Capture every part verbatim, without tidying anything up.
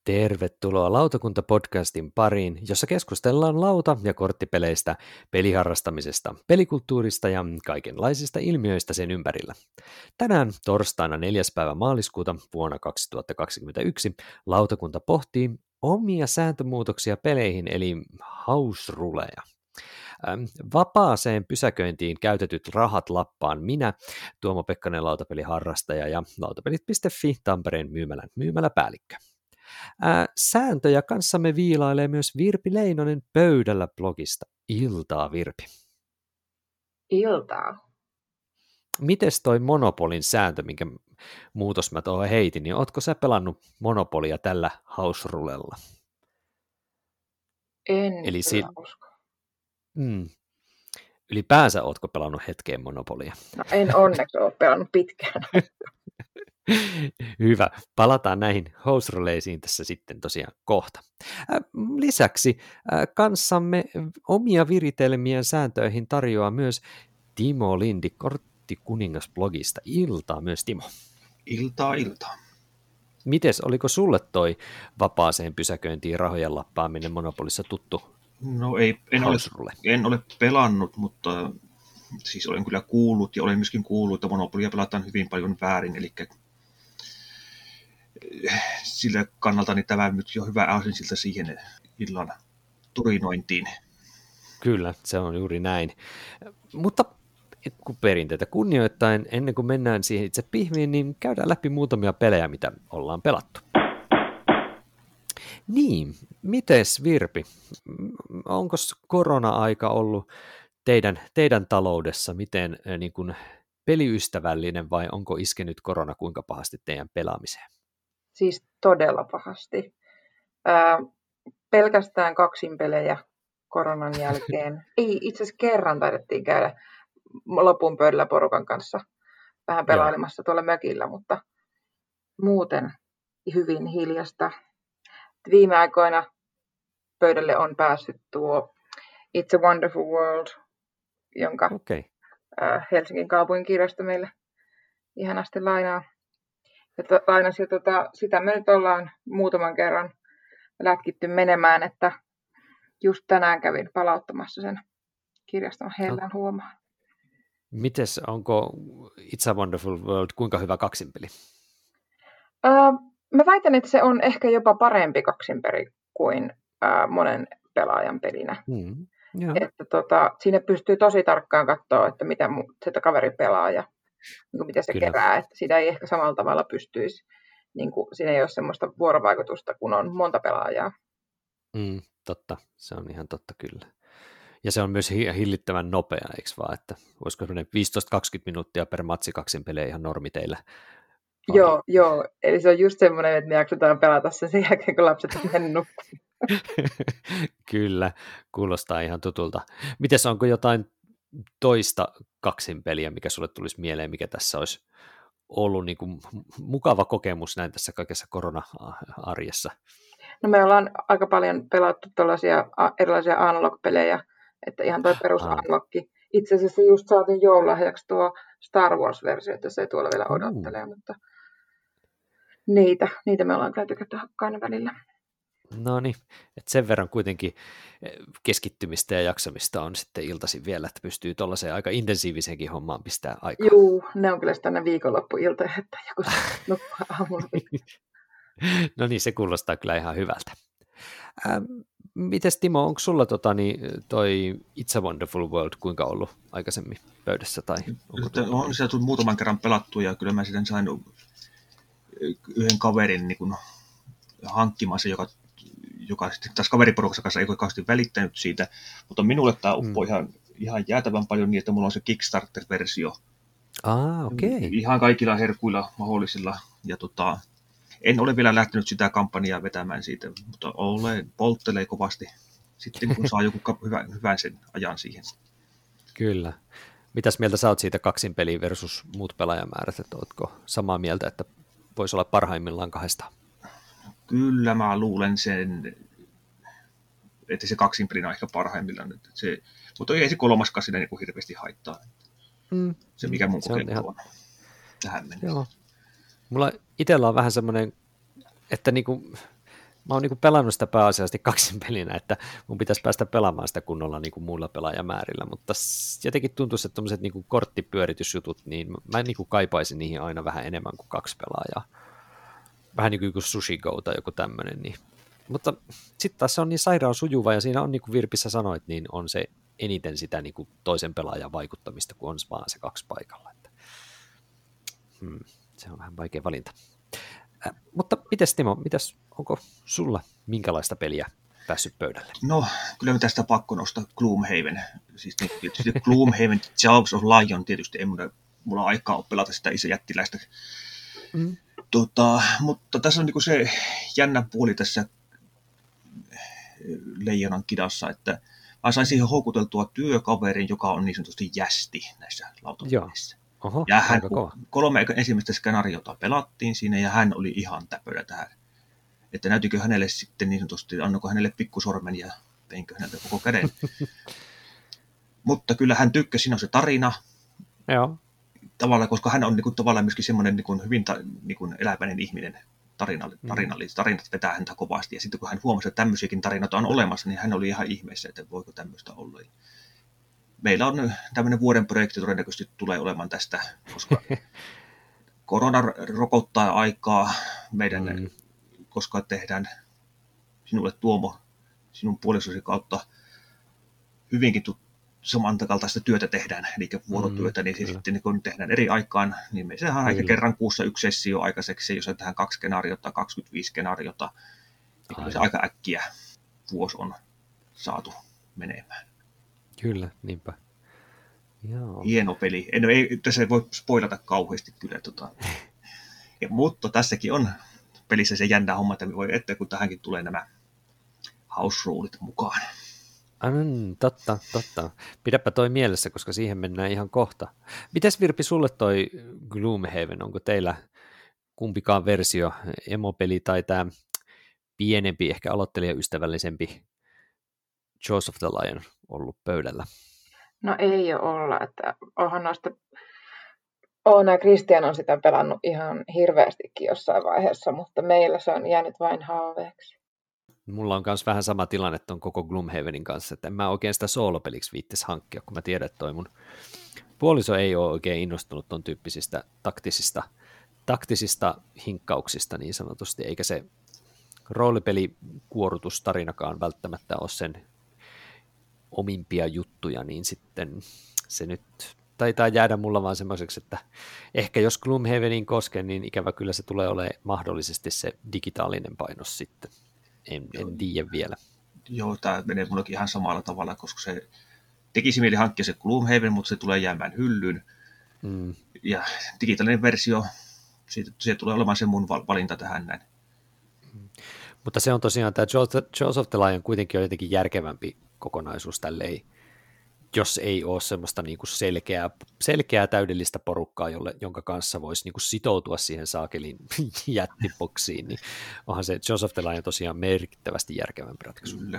Tervetuloa Lautakunta-podcastin pariin, jossa keskustellaan lauta- ja korttipeleistä, peliharrastamisesta, pelikulttuurista ja kaikenlaisista ilmiöistä sen ympärillä. Tänään torstaina neljäs päivä maaliskuuta vuonna kaksituhattakaksikymmentäyksi lautakunta pohtii omia sääntömuutoksia peleihin eli house-ruleja. Vapaaseen pysäköintiin käytetyt rahat lappaan minä, Tuomo Pekkanen lautapeliharrastaja ja lautapelit piste fi Tampereen myymälän myymäläpäällikkö. Ää, sääntöjä kanssamme viilailee myös Virpi Leinonen Pöydällä blogista. Iltaa, Virpi. Iltaa. Mites toi Monopolin sääntö, minkä muutos mä tuohon heitin, niin ootko sä pelannut Monopolia tällä house-rulella? En Eli kyllä si- usko. mm. Ylipäänsä ootko pelannut hetkeen Monopolia? No, en onneksi ole pelannut pitkään. Hyvä. Palataan näihin house-roleisiin tässä sitten tosiaan kohta. Lisäksi kanssamme omia viritelmien sääntöihin tarjoaa myös Timo Lindi Korttikuningas-blogista. Iltaa myös, Timo. Iltaa, iltaa. Mites, oliko sulle toi vapaaseen pysäköintiin rahojen lappaaminen Monopolissa tuttu? No ei, en ole, en ole pelannut, mutta siis olen kyllä kuullut ja olen myöskin kuullut, että Monopolia pelataan hyvin paljon väärin, eli sillä kannalta niin tämä nyt jo hyvä aasinsilta siihen illan turinointiin. Kyllä, se on juuri näin. Mutta kun perinteitä kunnioittain, ennen kuin mennään siihen itse pihviin, niin käydään läpi muutamia pelejä, mitä ollaan pelattu. Niin, mites Virpi? Onko korona-aika ollut teidän, teidän taloudessa miten niin kuin peliystävällinen vai onko iskenyt korona kuinka pahasti teidän pelaamiseen? Siis todella pahasti. Ää, pelkästään kaksinpelejä koronan jälkeen. Ei, itse asiassa kerran taidettiin käydä lopun pöydällä porukan kanssa vähän pelailemassa tuolla mökillä, mutta muuten hyvin hiljasta. Viime aikoina pöydälle on päässyt tuo It's a Wonderful World, jonka okay. Helsingin kaupungin kirjasto meille ihanasti lainaa. Ja lainasi, ja tota, sitä me nyt ollaan muutaman kerran lätkitty menemään, että just tänään kävin palauttamassa sen kirjaston hellän huomaan. Mites, onko It's a Wonderful World kuinka hyvä kaksinpeli? Öö, mä väitän, että se on ehkä jopa parempi kaksinpeli kuin öö, monen pelaajan pelinä. Mm, että tota, siinä pystyy tosi tarkkaan katsoa, että mitä sitä kaveri pelaa ja niin miten se Kyllä. kerää. Että sitä ei ehkä samalla tavalla pystyisi, niin kuin, siinä ei ole semmoista vuorovaikutusta, kun on monta pelaajaa. Mm, totta, se on ihan totta kyllä. Ja se on myös hillittävän nopea, eikö vaan, että olisiko viisitoista kaksikymmentä minuuttia per matsi kaksin pelejä ihan normi teillä? Vai? Joo, joo, eli se on just semmoinen, että me jaksetaan pelata sen sen jälkeen, kun lapset on mennyt nukkumaan. Kyllä, kuulostaa ihan tutulta. Mites, onko jotain toista kaksinpeliä, mikä sulle tulisi mieleen, mikä tässä olisi ollut niin kuin mukava kokemus näin tässä kaikessa korona-arjessa? No me ollaan aika paljon pelattu tällaisia erilaisia analog-pelejä, että ihan toi perus analogki. Itse asiassa just saatiin joululahjaksi tuo Star Wars-versio, että se ei tuolla vielä odottelee, mm. mutta niitä, niitä me ollaan kyllä tykätty hakkaan välillä. No niin, että sen verran kuitenkin keskittymistä ja jaksamista on sitten iltaisin vielä, että pystyy tuollaiseen aika intensiiviseenkin hommaan pistää aikaa. Juu, ne on kyllä sitä ne viikonloppuiltoja, että joku nukkuu aamulla. No niin, se kuulostaa kyllä ihan hyvältä. Ähm, mites Timo, onko sulla tota, niin, toi It's a Wonderful World kuinka ollut aikaisemmin pöydässä? Tai onko on sitä tullut muutaman kerran pelattu ja kyllä mä sitten sain yhden kaverin niin kun hankkimassa, joka, joka sitten taas kaveriporukassa kanssa ei kauheasti välittänyt siitä, mutta minulle tämä uppoi mm. ihan, ihan jäätävän paljon niin, että mulla on se Kickstarter-versio. Ah, okei. Okay. Ihan kaikilla herkuilla mahdollisilla ja tota, en ole vielä lähtenyt sitä kampanjaa vetämään siitä, mutta olen, polttelee kovasti sitten, kun saa joku hyvän, hyvän sen ajan siihen. Kyllä. Mitäs mieltä sä oot siitä kaksinpeli versus muut pelaajamäärät, että ootko samaa mieltä, että voisi olla parhaimmillaan kahdesta? Kyllä mä luulen sen, että se kaksinpeli on ehkä parhaimmillaan. Että se, mutta ei se kolmaskaan siinä niin kuin hirveästi haittaa. Mm. Se mikä mun kokeilu on, ihan... on tähän mennessä. Joo. Mulla itsellä on vähän semmoinen, että niinku, mä oon niinku pelannut sitä pääasiallisesti kaksin pelinä, että mun pitäisi päästä pelaamaan sitä kunnolla niinku muilla pelaajamäärillä, mutta jotenkin tuntuisi, että tommoset niinku korttipyöritysjutut, niin mä niinku kaipaisin niihin aina vähän enemmän kuin kaksi pelaajaa. Vähän niin kuin Sushi Go tai joku tämmöinen. Niin. Mutta sitten taas se on niin sairaan sujuva, ja siinä on, niin kuin Virpissä sanoit, niin on se eniten sitä niin kuin toisen pelaajan vaikuttamista, kun on vaan se kaksi paikalla. Että, hmm, se on vähän vaikea valinta. Äh, mutta mites Timo, mitäs, onko sulla minkälaista peliä päässyt pöydälle? No, kyllä me tästä pakko nostaa Gloomhaven. Siis tietysti Gloomhaven, Jaws of Lion tietysti ei mulla, mulla aikaa ole pelata sitä iso jättiläistä. Mm. Tota, mutta tässä on niinku se jännä puoli tässä Leijonan kidassa, että mä sain siihen houkuteltua työkaverin, joka on niin sanotusti jästi näissä lautapelissä. Oho, ja hän, kolme ensimmäistä skenaariota pelattiin siinä, ja hän oli ihan täpöllä tähän. Että näytikö hänelle sitten niin sanotusti, annako hänelle pikkusormen ja veinkö häneltä koko käden. Mutta kyllä hän tykkäsi, siinä on se tarina. Joo. Tavallaan, koska hän on niin kuin, tavallaan myöskin semmoinen niin kuin, hyvin ta, niin kuin eläväinen ihminen. Tarinalli, tarinalli, tarinat vetää häntä kovasti. Ja sitten kun hän huomasi, että tämmöisiäkin tarinoita on olemassa, niin hän oli ihan ihmeessä, että voiko tämmöistä olla. Meillä on tämmöinen vuoden projekti todennäköisesti tulee olemaan tästä, koska korona rokottaa aikaa meidän, mm. koska tehdään sinulle Tuomo, sinun puolisosi kautta hyvinkin samankaltaista työtä tehdään, eli vuorotyötä, niin mm, sitten kun tehdään eri aikaan, niin me saadaan aika kerran kuussa yksi sessio aikaiseksi, jos on tähän kaksi skenaariota, kaksikymmentäviisi skenaariota, niin se aika äkkiä vuosi on saatu menemään. Kyllä, niinpä. Joo. Hieno peli. En, ei, tässä ei voi spoilata kauheasti kyllä. Tota. Ja, mutta tässäkin on pelissä se jännä homma, että voi että kun tähänkin tulee nämä house rulet mukaan. Mm, totta, totta. Pidäpä toi mielessä, koska siihen mennään ihan kohta. Mites Virpi sulle toi Gloomhaven? Onko teillä kumpikaan versio, emopeli tai tämä pienempi, ehkä aloittelijaystävällisempi Jaws of the Lion ollut pöydällä? No ei ole olla, että onhan noista, Oona Christian on sitä pelannut ihan hirveästikin jossain vaiheessa, mutta meillä se on jäänyt vain haaveeksi. Mulla on myös vähän sama tilanne ton koko Gloomhavenin kanssa, että en mä oikein sitä soolopeliksi viittisi hankkia, kun mä tiedän, että toi mun puoliso ei ole oikein innostunut ton tyyppisistä taktisista, taktisista hinkkauksista niin sanotusti, eikä se roolipelikuorutustarinakaan välttämättä ole sen omimpia juttuja, niin sitten se nyt taitaa jäädä mulla vaan semmoiseksi, että ehkä jos Gloomhavenin koskee, niin ikävä kyllä se tulee olemaan mahdollisesti se digitaalinen painos sitten. En, en tiedä vielä. Joo, tämä menee mullakin ihan samalla tavalla, koska se tekisi mieli hankkia se Gloomhaven, mutta se tulee jäämään hyllyyn. Mm. Ja digitaalinen versio, siitä, se tulee olemaan se mun valinta tähän näin. Mm. Mutta se on tosiaan, tämä Jaws of the Lion kuitenkin on jotenkin järkevämpi kokonaisuus tälleen, jos ei ole semmoista niinku selkeää, selkeää täydellistä porukkaa, jolle, jonka kanssa voisi niinku sitoutua siihen saakelin jättiboksiin, niin onhan se Jaws of the Lion tosiaan merkittävästi järkevämpi ratkaisu. Kyllä.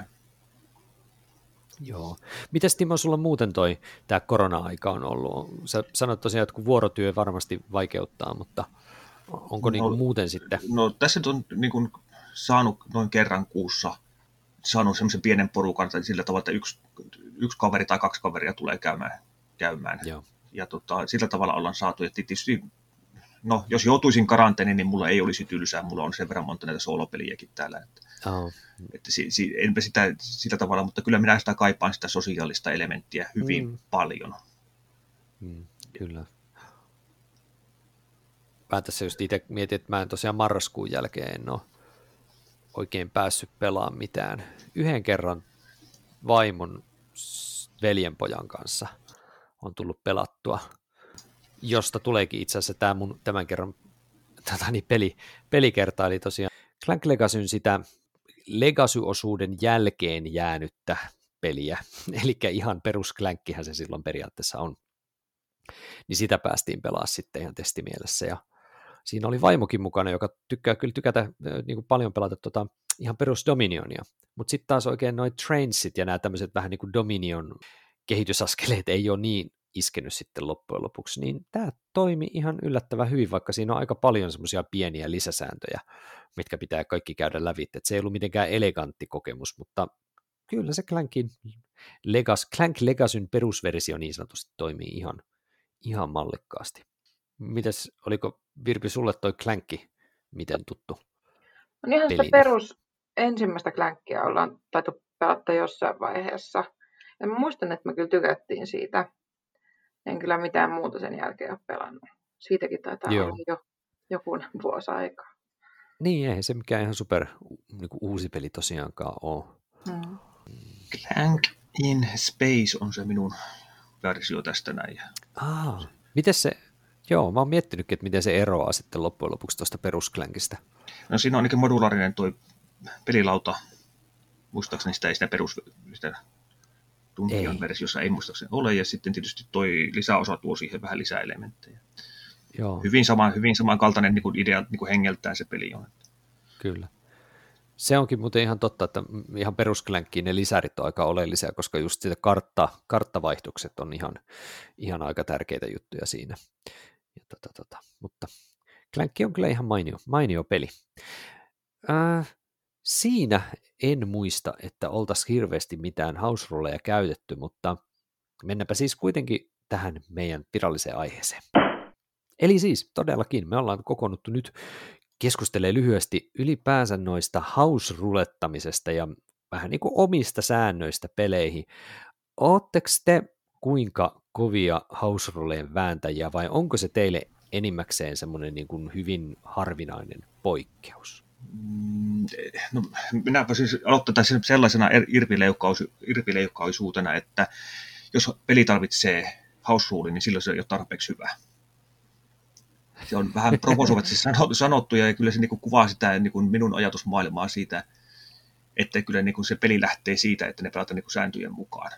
Joo. Mites Timo, sulla muuten toi tämä korona-aika on ollut? Sä sanoit tosiaan, että kun vuorotyö varmasti vaikeuttaa, mutta onko no, niinku muuten sitten? No tässä on niinku saanut noin kerran kuussa saanut semmoisen pienen porukan sillä tavalla, että yksi, yksi kaveri tai kaksi kaveria tulee käymään. käymään. Joo. Ja tota, sillä tavalla ollaan saatu. Ja tietysti, no, jos joutuisin karanteeniin, niin mulla ei olisi tylsää. Mulla on sen verran monta näitä soolopeliäkin täällä. Että, oh. että si, si, enpä sitä sillä tavalla, mutta kyllä minä sitä kaipaan sitä sosiaalista elementtiä hyvin mm. paljon. Mm, kyllä. Mä tässä just itse mietin, että mä en tosiaan marraskuun jälkeen en ole oikein päässyt pelaamaan mitään. Yhden kerran vaimon veljenpojan kanssa on tullut pelattua, josta tuleekin itse asiassa tämä mun tämän kerran tätä, niin peli, pelikerta, eli tosiaan Clank Legacyn sitä Legacy-osuuden jälkeen jäänyttä peliä, eli ihan perus Clankkihän se silloin periaatteessa on, niin sitä päästiin pelaamaan sitten ihan testimielessä, ja siinä oli vaimokin mukana, joka tykkää kyllä tykätä niin kuin paljon pelata tota, ihan perus Dominionia, mutta sitten taas oikein noi Trainsit ja nämä tämmöiset vähän niin kuin Dominion kehitysaskeleet ei ole niin iskenyt sitten loppujen lopuksi, niin tämä toimi ihan yllättävän hyvin, vaikka siinä on aika paljon semmoisia pieniä lisäsääntöjä, mitkä pitää kaikki käydä läpi, että se ei ollut mitenkään elegantti kokemus, mutta kyllä se Clankin Legacy, Clank Legacyn perusversio niin sanotusti toimii ihan, ihan mallikkaasti. Mites, oliko Virpi sulle toi Clankki miten tuttu? On ihan sitä perus ensimmäistä Clankia ollaan taitu pelata jossain vaiheessa. Ja mä muistan, että me kyllä tykättiin siitä. En kyllä mitään muuta sen jälkeen ole pelannut. Siitäkin taitaa Joo. olla jo joku vuosi aikaa. Niin, ei se mikään ihan super niin kuin uusi peli tosiaankaan ole. Hmm. Clank in Space on se minun versio tästä näin. Ah, miten se, joo, mä oon miettinytkin, että miten se eroaa sitten loppujen lopuksi tuosta perusklankista. No siinä on ainakin modulaarinen toi pelilauta. Muistaakseni sitä ei sitä perus, sitä Tunkion versiossa ei muistaakseni ole, ja sitten tietysti toi lisäosa tuo siihen vähän lisää elementtejä. Joo. Hyvin, sama, hyvin samankaltainen niin kuin idea niin kuin hengeltään se peli on. Kyllä. Se onkin muuten ihan totta, että ihan perusklankkiin ne lisärit on aika oleellisia, koska just sitä kartta, karttavaihdokset on ihan, ihan aika tärkeitä juttuja siinä. Ja tota, tota. Mutta Clankki on kyllä ihan mainio, mainio peli. Äh, siinä en muista, että oltaisiin hirveästi mitään house ruleja käytetty, mutta mennäpä siis kuitenkin tähän meidän viralliseen aiheeseen. Eli siis todellakin me ollaan kokoonnuttu nyt keskustelemaan lyhyesti ylipäänsä noista house-rulettamisesta ja vähän niin kuin omista säännöistä peleihin. Ootteko te kuinka kovia house-ruleen vääntäjiä vai onko se teille enimmäkseen semmoinen niin kuin hyvin harvinainen poikkeus? No, minä voisin aloittaa sellaisena irpileikkaisuutena, että jos peli tarvitsee house-rulea, niin silloin se ei ole tarpeeksi hyvä. Se on vähän provosoivasti sanottu, ja kyllä se niin kuin kuvaa sitä niin kuin minun ajatusmaailmaa siitä, että kyllä niin kuin se peli lähtee siitä, että ne pelataan niin kuin sääntöjen mukaan,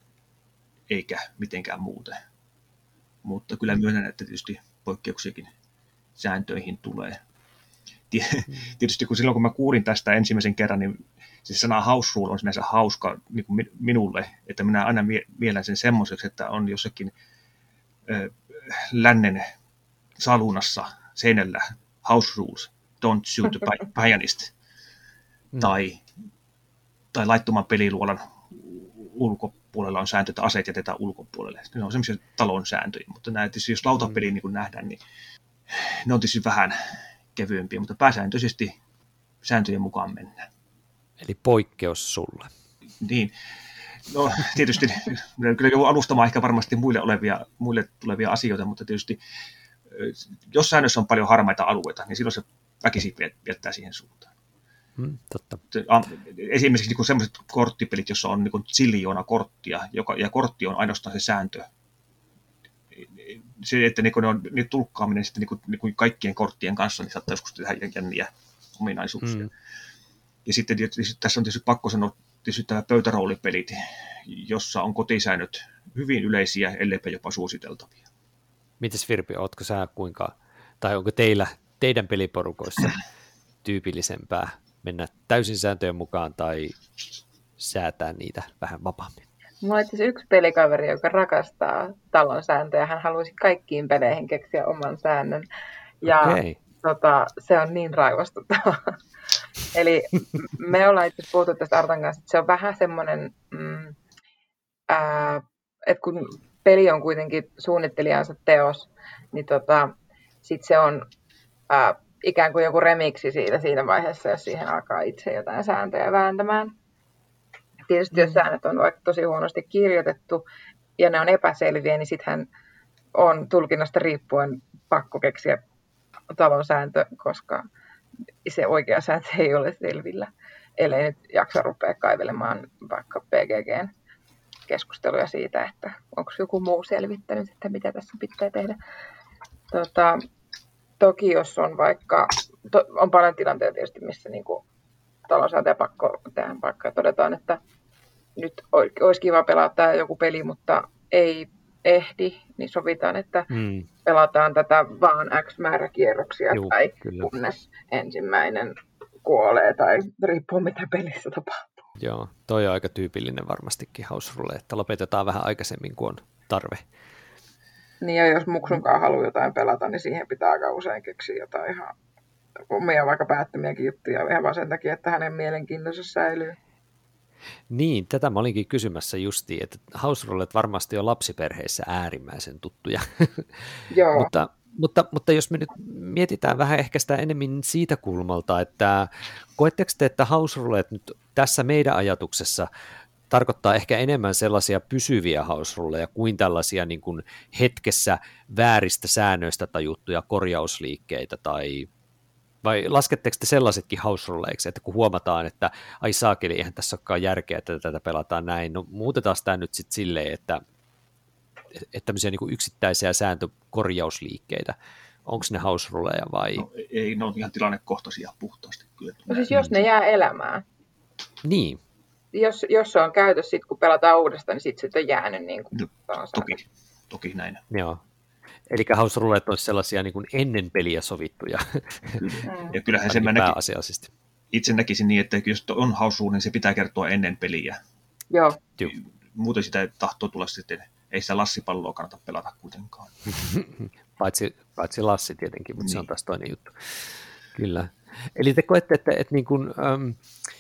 eikä mitenkään muuten. Mutta kyllä myönnän, että tietysti poikkeuksiakin sääntöihin tulee. Tietysti kun silloin, kun mä kuulin tästä ensimmäisen kerran, niin se sana house rule on sinänsä hauska niin kuin minulle, että minä aina mielän sen semmoiseksi, että on jossakin ö, lännen salunassa seinällä house rules, don't shoot the pianist, mm. tai, tai laittoman peliluolan ulkopuolella on sääntö, että aseet jätetään ulkopuolelle. Ne on semmoisia talon sääntöjä, mutta nämä, tietysti, jos lautapeli niin nähdään, niin ne on tietysti vähän kevyempiä, mutta pääsääntöisesti sääntöjen mukaan mennään. Eli poikkeus sulle. Niin. No tietysti kyllä joudun alustamaan ehkä varmasti muille, olevia, muille tulevia asioita, mutta tietysti jos säännössä on paljon harmaita alueita, niin silloin se väkisin viettää siihen suuntaan. Hmm, totta. Esimerkiksi niin sellaiset korttipelit, jossa on niin ziljoona korttia, joka, ja kortti on ainoastaan se sääntö. Se, että niin ne on, niin tulkkaaminen sitten niin kuin, niin kuin kaikkien korttien kanssa, niin saattaa joskus tehdä jänniä ominaisuuksia. Hmm. Ja sitten tietysti, tässä on tietysti pakko sanoa tietysti tämä pöytäroolipelit, jossa on kotisäännöt hyvin yleisiä, elleipä jopa suositeltavia. Mites Virpi, ootko sä kuinka, tai onko teillä, teidän peliporukoissa tyypillisempää mennä täysin sääntöjen mukaan tai säätää niitä vähän vapaammin? Mulla on itse yksi pelikaveri, joka rakastaa talon sääntöjä. Hän haluaisi kaikkiin peleihin keksiä oman säännön. Ja okay. tota, se on niin raivostuttavaa. Eli me ollaan itse puhuttu tästä Artan kanssa, että se on vähän semmoinen, mm, ää, että kun peli on kuitenkin suunnittelijansa teos, niin tota, sit se on ää, ikään kuin joku remiksi siitä siinä vaiheessa, jos siihen alkaa itse jotain sääntöjä vääntämään. Tietysti jos säännöt on vaikka tosi huonosti kirjoitettu ja ne on epäselviä, niin sittenhän on tulkinnasta riippuen pakko keksiä talon sääntö, koska se oikea sääntö ei ole selvillä, ellei nyt jaksa rupea kaivelemaan vaikka P G G:n keskusteluja siitä, että onko joku muu selvittänyt, että mitä tässä pitää tehdä. Tota, toki jos on vaikka, to, on paljon tilanteita tietysti, missä niinku talonsääntöjä pakko tehdä, vaikka todetaan, että nyt olisi kiva pelata joku peli, mutta ei ehdi, niin sovitaan, että mm. pelataan tätä vaan X määrä kierroksia Juh, tai kyllä. kunnes ensimmäinen kuolee tai riippuu mitä pelissä tapahtuu. Joo, toi on aika tyypillinen varmastikin house rule, että lopetetaan vähän aikaisemmin kuin on tarve. Niin ja jos muksunkaan haluaa jotain pelata, niin siihen pitää aika usein keksiä jotain ihan omia vaikka päättömiäkin juttuja ihan vaan sen takia, että hänen mielenkiintonsa säilyy. Niin, tätä mä olinkin kysymässä justiin, että house rulet varmasti on lapsiperheissä äärimmäisen tuttuja. Joo. mutta, mutta, mutta jos me nyt mietitään vähän ehkä sitä enemmän siitä kulmalta, että koetteko te, että house rulet nyt tässä meidän ajatuksessa tarkoittaa ehkä enemmän sellaisia pysyviä house ruleja kuin tällaisia niin kuin hetkessä vääristä säännöistä tajuttuja korjausliikkeitä tai vai lasketteko te sellaisetkin house ruleiksi, että kun huomataan, että ai saakeli, eihän tässä olekaan järkeä, että tätä pelataan näin, no muutetaan sitä nyt sitten silleen, että, että tämmöisiä niin kuin yksittäisiä sääntökorjausliikkeitä, onko ne house ruleja vai? No, ei, ne on ihan tilannekohtaisia puhtaasti kyllä. No siis jos ne jää elämään. Niin. Jos, jos se on käytössä sit, kun pelataan uudestaan, niin sitten se on jäänyt niin kuin no, toki, toki näin. Joo. Eli house rulet olisi sellaisia niin kuin ennen peliä sovittuja. Mm. Ja kyllähän se pääasiallisesti. Itse näkisin niin, että jos on house rule, niin se pitää kertoa ennen peliä. Joo. Muuten sitä tahtoo tulla sitten, ei sitä lassipalloa kannata pelata kuitenkaan. paitsi, paitsi Lassi tietenkin, mutta niin. Se on taas toinen juttu. Kyllä. Eli te koette, että, että niin kuin, ähm,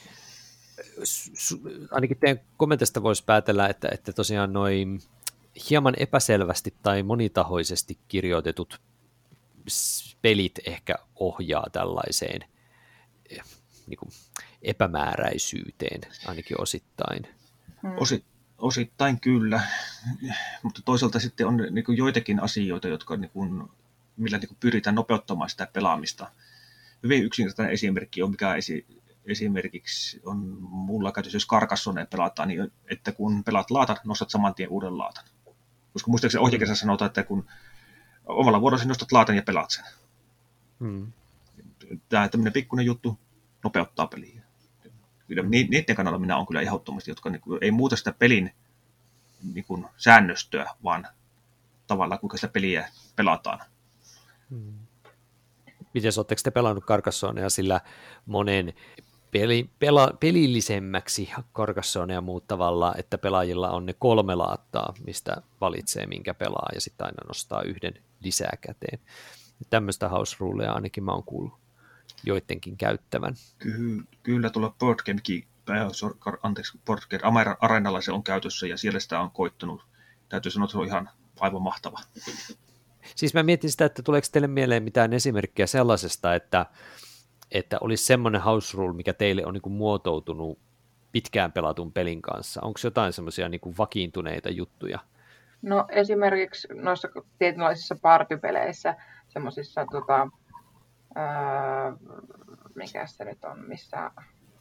su, ainakin teidän kommentista voisi päätellä, että, että tosiaan noin hieman epäselvästi tai monitahoisesti kirjoitetut pelit ehkä ohjaa tällaiseen niin kuin epämääräisyyteen, ainakin osittain. Osi, osittain kyllä, mutta toisaalta sitten on niin kuin joitakin asioita, jotka, niin kuin, millä niin kuin pyritään nopeuttamaan sitä pelaamista. Hyvin yksinkertainen esimerkki on, mikä esi, esimerkiksi on mulla käytössä, jos Carcassonne pelataan, niin että kun pelaat laatan, nostat saman tien uuden laatan. Koska muistaakseni ohjekirjassa sanotaan, että kun omalla vuorosi nostat laatan ja pelaat sen. Hmm. Tämä tämmöinen pikkuinen juttu nopeuttaa peliä. Kyllä, niiden kannalla minä olen kyllä ehdottomasti, jotka niin kuin, ei muuta sitä pelin niin kuin, säännöstöä, vaan tavallaan kuinka sitä peliä pelataan. Hmm. Miten oletteko te pelannut Carcassonnea sillä monen peli, pela, pelillisemmäksi Carcassonnea muuttavalla, että pelaajilla on ne kolme laattaa, mistä valitsee minkä pelaa ja sitten aina nostaa yhden lisää käteen. Tämmöistä house rulea ainakin mä oon kuullut joidenkin käyttävän. Ky- kyllä tuolla Board Game, anteeksi, Board Game Arenalla se on käytössä ja siellä sitä on koittanut. Täytyy sanoa, että se on ihan aivan mahtava. Siis mä mietin sitä, että tuleeko teille mieleen mitään esimerkkiä sellaisesta, että, että olisi semmoinen house rule, mikä teille on niin kuin muotoutunut pitkään pelatun pelin kanssa. Onko jotain semmoisia niin kuin vakiintuneita juttuja? No esimerkiksi noissa tietynlaisissa partypeleissä, semmoisissa, tota, öö, mikä se nyt on, missä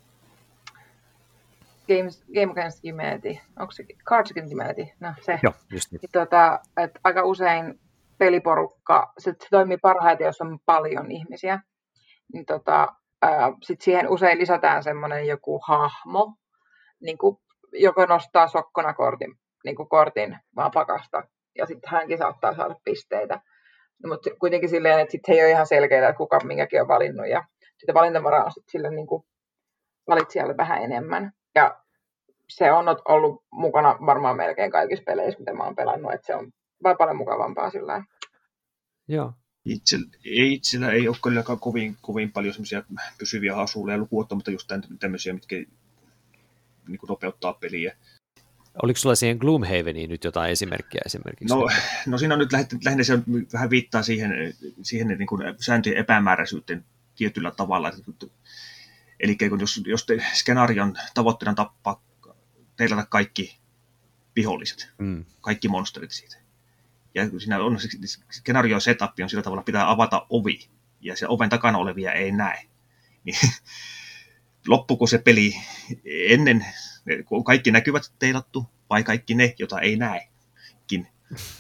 Games, Game Against Humanity, onko se Cards Against Humanity? No se. Joo, just niin. Tota, että aika usein peliporukka, se, se toimii parhaiten, jos on paljon ihmisiä, niin tota, sitten siihen usein lisätään semmoinen joku hahmo, niin kuin, joka nostaa sokkona kortin, niin kuin kortin vaan pakasta, ja sitten hänkin saattaa saada pisteitä. No, mutta kuitenkin silleen, että sitten ei ole ihan selkeää, että kuka minkäkin on valinnut, ja sitten valintavaraa on sitten sille niin kuin valitsijalle vähän enemmän. Ja se on ollut mukana varmaan melkein kaikissa peleissä, mitä mä oon pelannut, että se on vaan paljon mukavampaa sillä lailla. Joo. Itse, itsellä ei ole kyllä kovin, kovin paljon semmoisia pysyviä hasuleja lukuottamatta just tämmöisiä, mitkä niin kuin nopeuttaa peliä. Oliko sulla siihen Gloomhaveniin nyt jotain esimerkkiä esimerkiksi? No, no siinä on nyt lähinnä se vähän viittaa siihen, siihen niin kuin sääntöjen epämääräisyyteen tietyllä tavalla. Eli jos, jos te, skenaarion tavoitteena tappaa teilata kaikki viholliset, mm. kaikki monsterit siitä. Ja siinä on se skenaario setup on sillä tavalla, pitää avata ovi, ja se oven takana olevia ei näe. Niin, loppuuko se peli ennen, kun kaikki näkyvät teilattu, vai kaikki ne, jota ei näekin?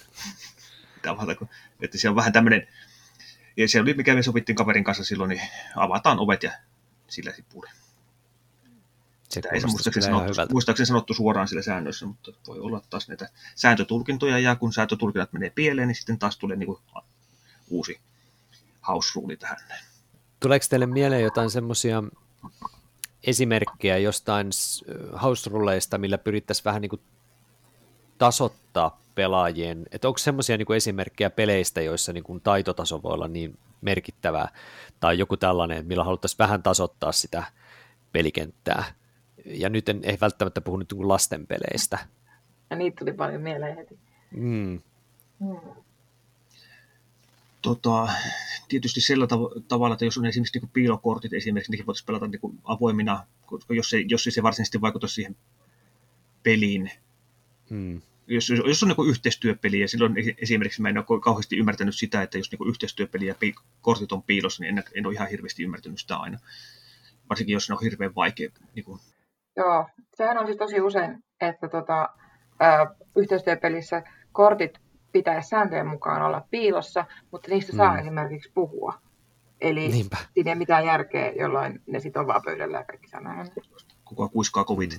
Että se on vähän tämmöinen, ja se oli mikä me sovittiin kaverin kanssa silloin, niin avataan ovet ja sillä sipuri. Sitä ei muistaakseni sanottu, muistaakseni sanottu suoraan sillä säännössä, mutta voi olla taas näitä sääntötulkintoja, ja kun sääntötulkinnat menee pieleen, niin sitten taas tulee niin kuin uusi house rule tähän. Tuleeko teille mieleen jotain semmoisia esimerkkejä jostain house ruleista, millä pyrittäisiin vähän niin kuin tasoittaa pelaajien, että onko semmoisia niin esimerkkejä peleistä, joissa niin kuin taitotaso voi olla niin merkittävää, tai joku tällainen, millä haluttaisiin vähän tasoittaa sitä pelikenttää. Ja nyt en ei välttämättä puhu nyt lasten peleistä. Ja niitä tuli paljon mieleen heti. Mm. Mm. Tota, tietysti sillä tav- tavalla, että jos on esimerkiksi niin piilokortit esimerkiksi, niin voitaisiin pelata niin avoimina, koska jos ei, jos ei se varsinaisesti vaikuta siihen peliin. Mm. Jos, jos, jos on niin yhteistyöpeli, ja silloin esimerkiksi mä en ole kauheasti ymmärtänyt sitä, että jos niin yhteistyöpeli ja pi- kortit on piilossa, niin en, en ole ihan hirveästi ymmärtänyt sitä aina. Varsinkin jos ne on hirveän vaikea. Niin kuin... Joo, sehän on siis tosi usein, että tota, ää, yhteistyöpelissä kortit pitäisi sääntöjen mukaan olla piilossa, mutta niistä saa mm. esimerkiksi puhua. Eli Niinpä. siinä ei mitään järkeä, jolloin ne sitten on vaan pöydällä ja kaikki sanoo. Kukaan kuiskaa kovin.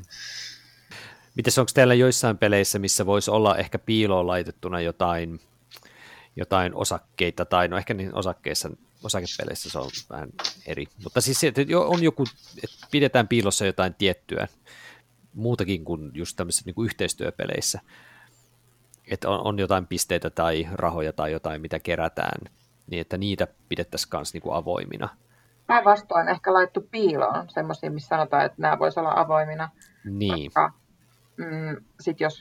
Mites onko teillä joissain peleissä, missä voisi olla ehkä piiloon laitettuna jotain, jotain osakkeita, tai no ehkä niin osakkeissa, osakepeleissä se on vähän eri, mutta siis että on joku, että pidetään piilossa jotain tiettyä, muutakin kuin just tämmöisissä niin kuin yhteistyöpeleissä, että on, on jotain pisteitä tai rahoja tai jotain, mitä kerätään, niin että niitä pidettäisiin myös niin kuin avoimina. Päinvastoin ehkä laittu piiloon semmoisia, missä sanotaan, että nämä voisi olla avoimina. Niin. Koska mm, sit jos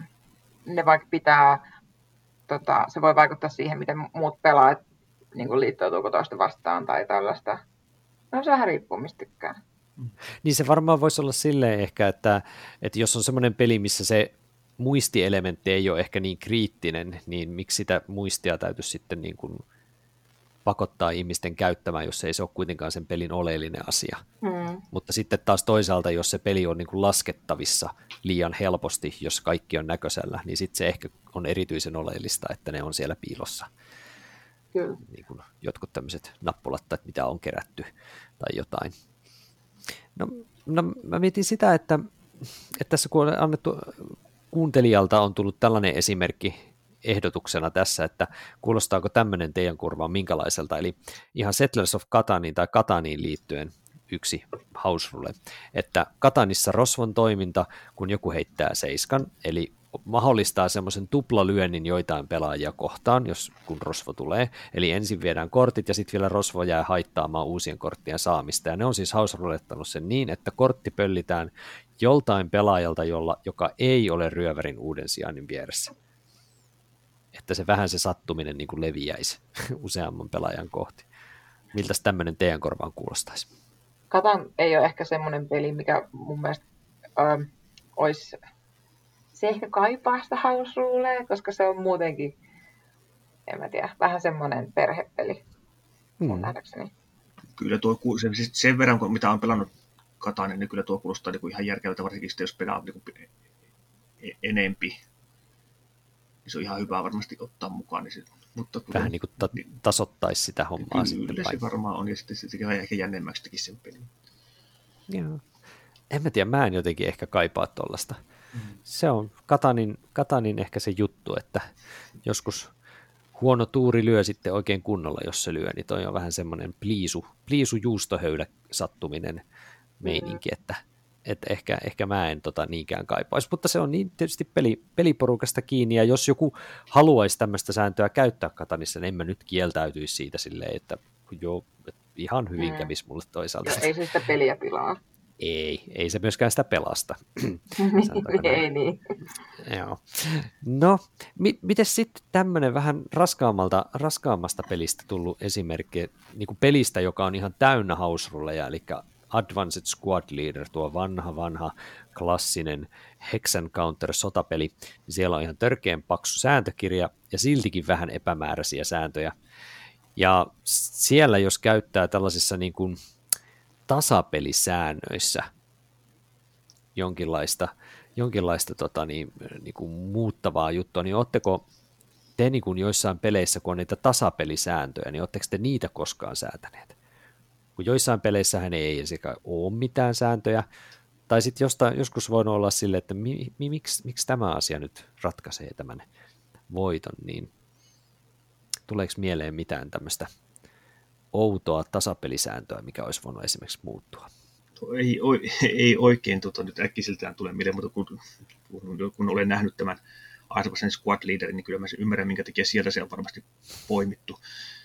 ne vaikka pitää, tota, se voi vaikuttaa siihen, miten muut pelaajat niin kuin liittoutuuko toista vastaan tai tällaista. No se vähän riippuu, mistä tykkää. Niin se varmaan voisi olla silleen ehkä, että, että jos on semmoinen peli, missä se muistielementti ei ole ehkä niin kriittinen, niin miksi sitä muistia täytyisi sitten niin kuin pakottaa ihmisten käyttämään, jos ei se ole kuitenkaan sen pelin oleellinen asia. Hmm. Mutta sitten taas toisaalta, jos se peli on niin kuin laskettavissa liian helposti, jos kaikki on näköisellä, niin sitten se ehkä on erityisen oleellista, että ne on siellä piilossa. Kyllä. Niin kuin jotkut tämmöiset nappulat, että mitä on kerätty tai jotain. No, no mä mietin sitä, että, että tässä kun on annettu kuuntelijalta on tullut tällainen esimerkki ehdotuksena tässä, että kuulostaako tämmöinen teidän kurvaan minkälaiselta, eli ihan Settlers of Cataniin tai Cataniin liittyen yksi house rule, että Catanissa rosvon toiminta, kun joku heittää seiskan, eli mahdollistaa semmoisen tuplalyönnin joitain pelaajia kohtaan, jos kun rosvo tulee, eli ensin viedään kortit ja sitten vielä rosvo jää haittaamaan uusien korttien saamista, ja ne on siis house rulettanut sen niin, että kortti pöllitään joltain pelaajalta, jolla, joka ei ole ryövärin uuden sijainnin vieressä. Että se vähän se sattuminen niin kuin leviäisi useamman pelaajan kohti. Miltäs tämmöinen teidän korvaan kuulostaisi? Catan ei ole ehkä semmoinen peli, mikä mun mielestä ö, olisi, se ehkä kaipaa sitä house rulea, koska se on muutenkin, en mä tiedä, vähän semmoinen perhepeli mun hmm. nähdäkseni. Kyllä tuo, sen, sen verran, mitä on pelannut Catanen, niin kyllä tuo kuulostaa niin kuin ihan järkevältä, varsinkin sitten, jos pelaa niin kuin enempi. Niin se on ihan hyvä varmasti ottaa mukaan. Niin se, mutta kyllä, vähän niin kuin ta- tasoittaisi sitä hommaa kyllä, sitten. Kyllä se varmaan on, ja sitten se tekee ehkä jännemmäksi teki sen pelin. Joo. En mä tiedä, mä en jotenkin ehkä kaipaa tuollaista. Mm-hmm. Se on Catanin, Catanin ehkä se juttu, että joskus huono tuuri lyö sitten oikein kunnolla, jos se lyö, niin toi on vähän semmoinen pliisu, pliisu juustohöylä sattuminen meininki, että, että ehkä, ehkä mä en tota niinkään kaipaisi, mutta se on niin tietysti peli, peliporukasta kiinni, ja jos joku haluaisi tämmöistä sääntöä käyttää Catanissa, niin en mä nyt kieltäytyisi siitä silleen, että joo, ihan hyvin mm. kävisi mulle toisaalta. Joo, ei se sitä peliä pilaa. Ei, ei se myöskään sitä pelasta. Ei niin. Joo. No, mi- miten sitten tämmöinen vähän raskaammalta, raskaammasta pelistä tullut esimerkki, niin kuin pelistä, joka on ihan täynnä house ruleja, eli Advanced Squad Leader, tuo vanha, vanha, klassinen Hex Encounter sotapeli, niin siellä on ihan törkeän paksu sääntökirja ja siltikin vähän epämääräisiä sääntöjä. Ja siellä, jos käyttää tällaisissa niin kuin tasapelisäännöissä jonkinlaista, jonkinlaista tota niin, niin kuin muuttavaa juttua, niin ootteko te niin kuin joissain peleissä, kun on niitä tasapelisääntöjä, niin ootteko te niitä koskaan säätäneet? Kun joissain peleissähän ei sekä ole mitään sääntöjä, tai sitten joskus voinut olla silleen, että mi, mi, miksi, miksi tämä asia nyt ratkaisee tämän voiton, niin tuleeko mieleen mitään tämmöistä outoa tasapelisääntöä, mikä olisi voinut esimerkiksi muuttua? Ei, ei oikein tota, nyt äkkiseltään tule mieleen, mutta kun, kun, kun olen nähnyt tämän Advanced Squad Leader, niin kyllä mä ymmärrän, minkä takia sieltä se on varmasti poimittu.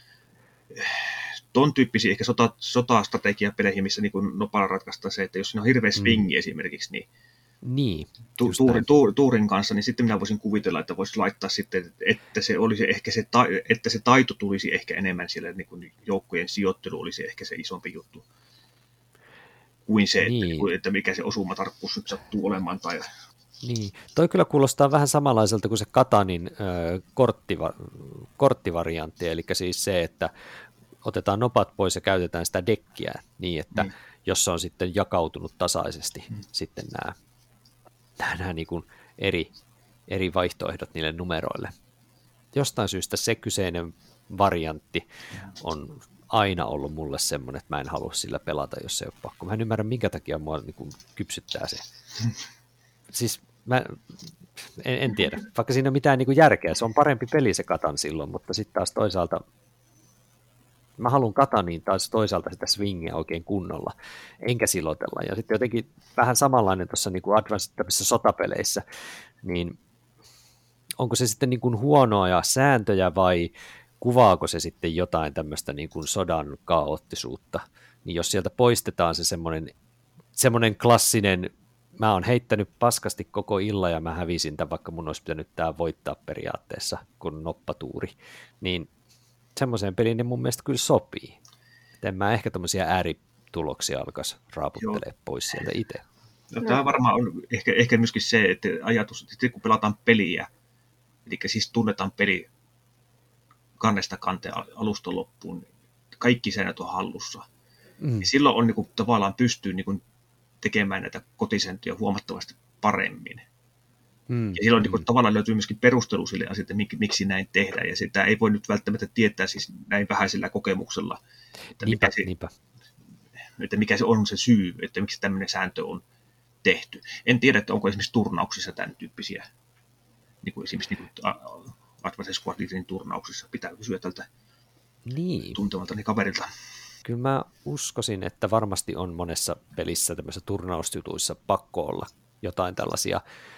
Ton tyyppisiä ehkä sota, sotastrategiapeleihin, missä niin nopalla ratkaistaan se, että jos siinä on hirveä swingi mm. esimerkiksi, niin, niin tu, tuurin, tuur, tuurin kanssa, niin sitten minä voisin kuvitella, että voisi laittaa sitten, että se, olisi ehkä se, ta, että se taito tulisi ehkä enemmän siellä, niin kuin joukkojen sijoittelu olisi ehkä se isompi juttu kuin se, niin. että, että mikä se osumatarkkuus nyt sattuu olemaan. Tai... Niin, toi kyllä kuulostaa vähän samanlaiselta kuin se Katanin äh, korttiva, korttivariantti, eli siis se, että otetaan nopat pois ja käytetään sitä dekkiä niin, että mm. jos se on sitten jakautunut tasaisesti mm. sitten nämä, nämä, nämä niin kuin eri, eri vaihtoehdot niille numeroille. Jostain syystä se kyseinen variantti on aina ollut mulle semmoinen, että mä en halua sillä pelata, jos se ei ole pakko. Mä en ymmärrä, minkä takia mua niin kuin kypsyttää se. Siis mä en, en tiedä, vaikka siinä ei ole mitään niin kuin järkeä. Se on parempi peli se Katan silloin, mutta sitten taas toisaalta mä haluan Kataniin taas toisaalta sitä swingia oikein kunnolla, enkä silotella. Ja sitten jotenkin vähän samanlainen tuossa niin kuin advanced sotapeleissä, niin onko se sitten niin kuin huonoja sääntöjä vai kuvaako se sitten jotain tämmöistä niin kuin sodan kaoottisuutta? Niin jos sieltä poistetaan se semmoinen, semmoinen klassinen, mä oon heittänyt paskasti koko illan ja mä hävisin tämän, vaikka mun olisi pitänyt tämä voittaa periaatteessa, kun noppatuuri, niin semmoiseen peliin ne mun mielestä kyllä sopii. Et en mä ehkä tämmöisiä äärituloksia alkaisi raaputtelemaan pois sieltä itse. No, tämä varmaan on ehkä, ehkä myöskin se, että ajatus, että kun pelataan peliä, eli siis tunnetaan peli kannesta kanteen alusta loppuun, niin kaikki säännöt on hallussa. Mm. Ja silloin on niin kuin, tavallaan pystyy niin kuin, tekemään näitä kotisääntöjä huomattavasti paremmin. Mm. Ja silloin mm. niin kuin, tavallaan löytyy myöskin perustelu sille asialle, että miksi näin tehdään. Ja sitä ei voi nyt välttämättä tietää siis näin vähäisellä kokemuksella, että, niinpä, mikä, se, niinpä. että mikä se on se syy, että miksi tämmöinen sääntö on tehty. En tiedä, että onko esimerkiksi turnauksissa tämän tyyppisiä, niin kuin esimerkiksi niin kuin Advanced Squad Leaderin turnauksissa pitää kysyä tältä niin. tuntemaltani kaverilta. Kyllä mä uskoisin, että varmasti on monessa pelissä tämmöisissä turnausjutuissa pakko olla jotain tällaisia,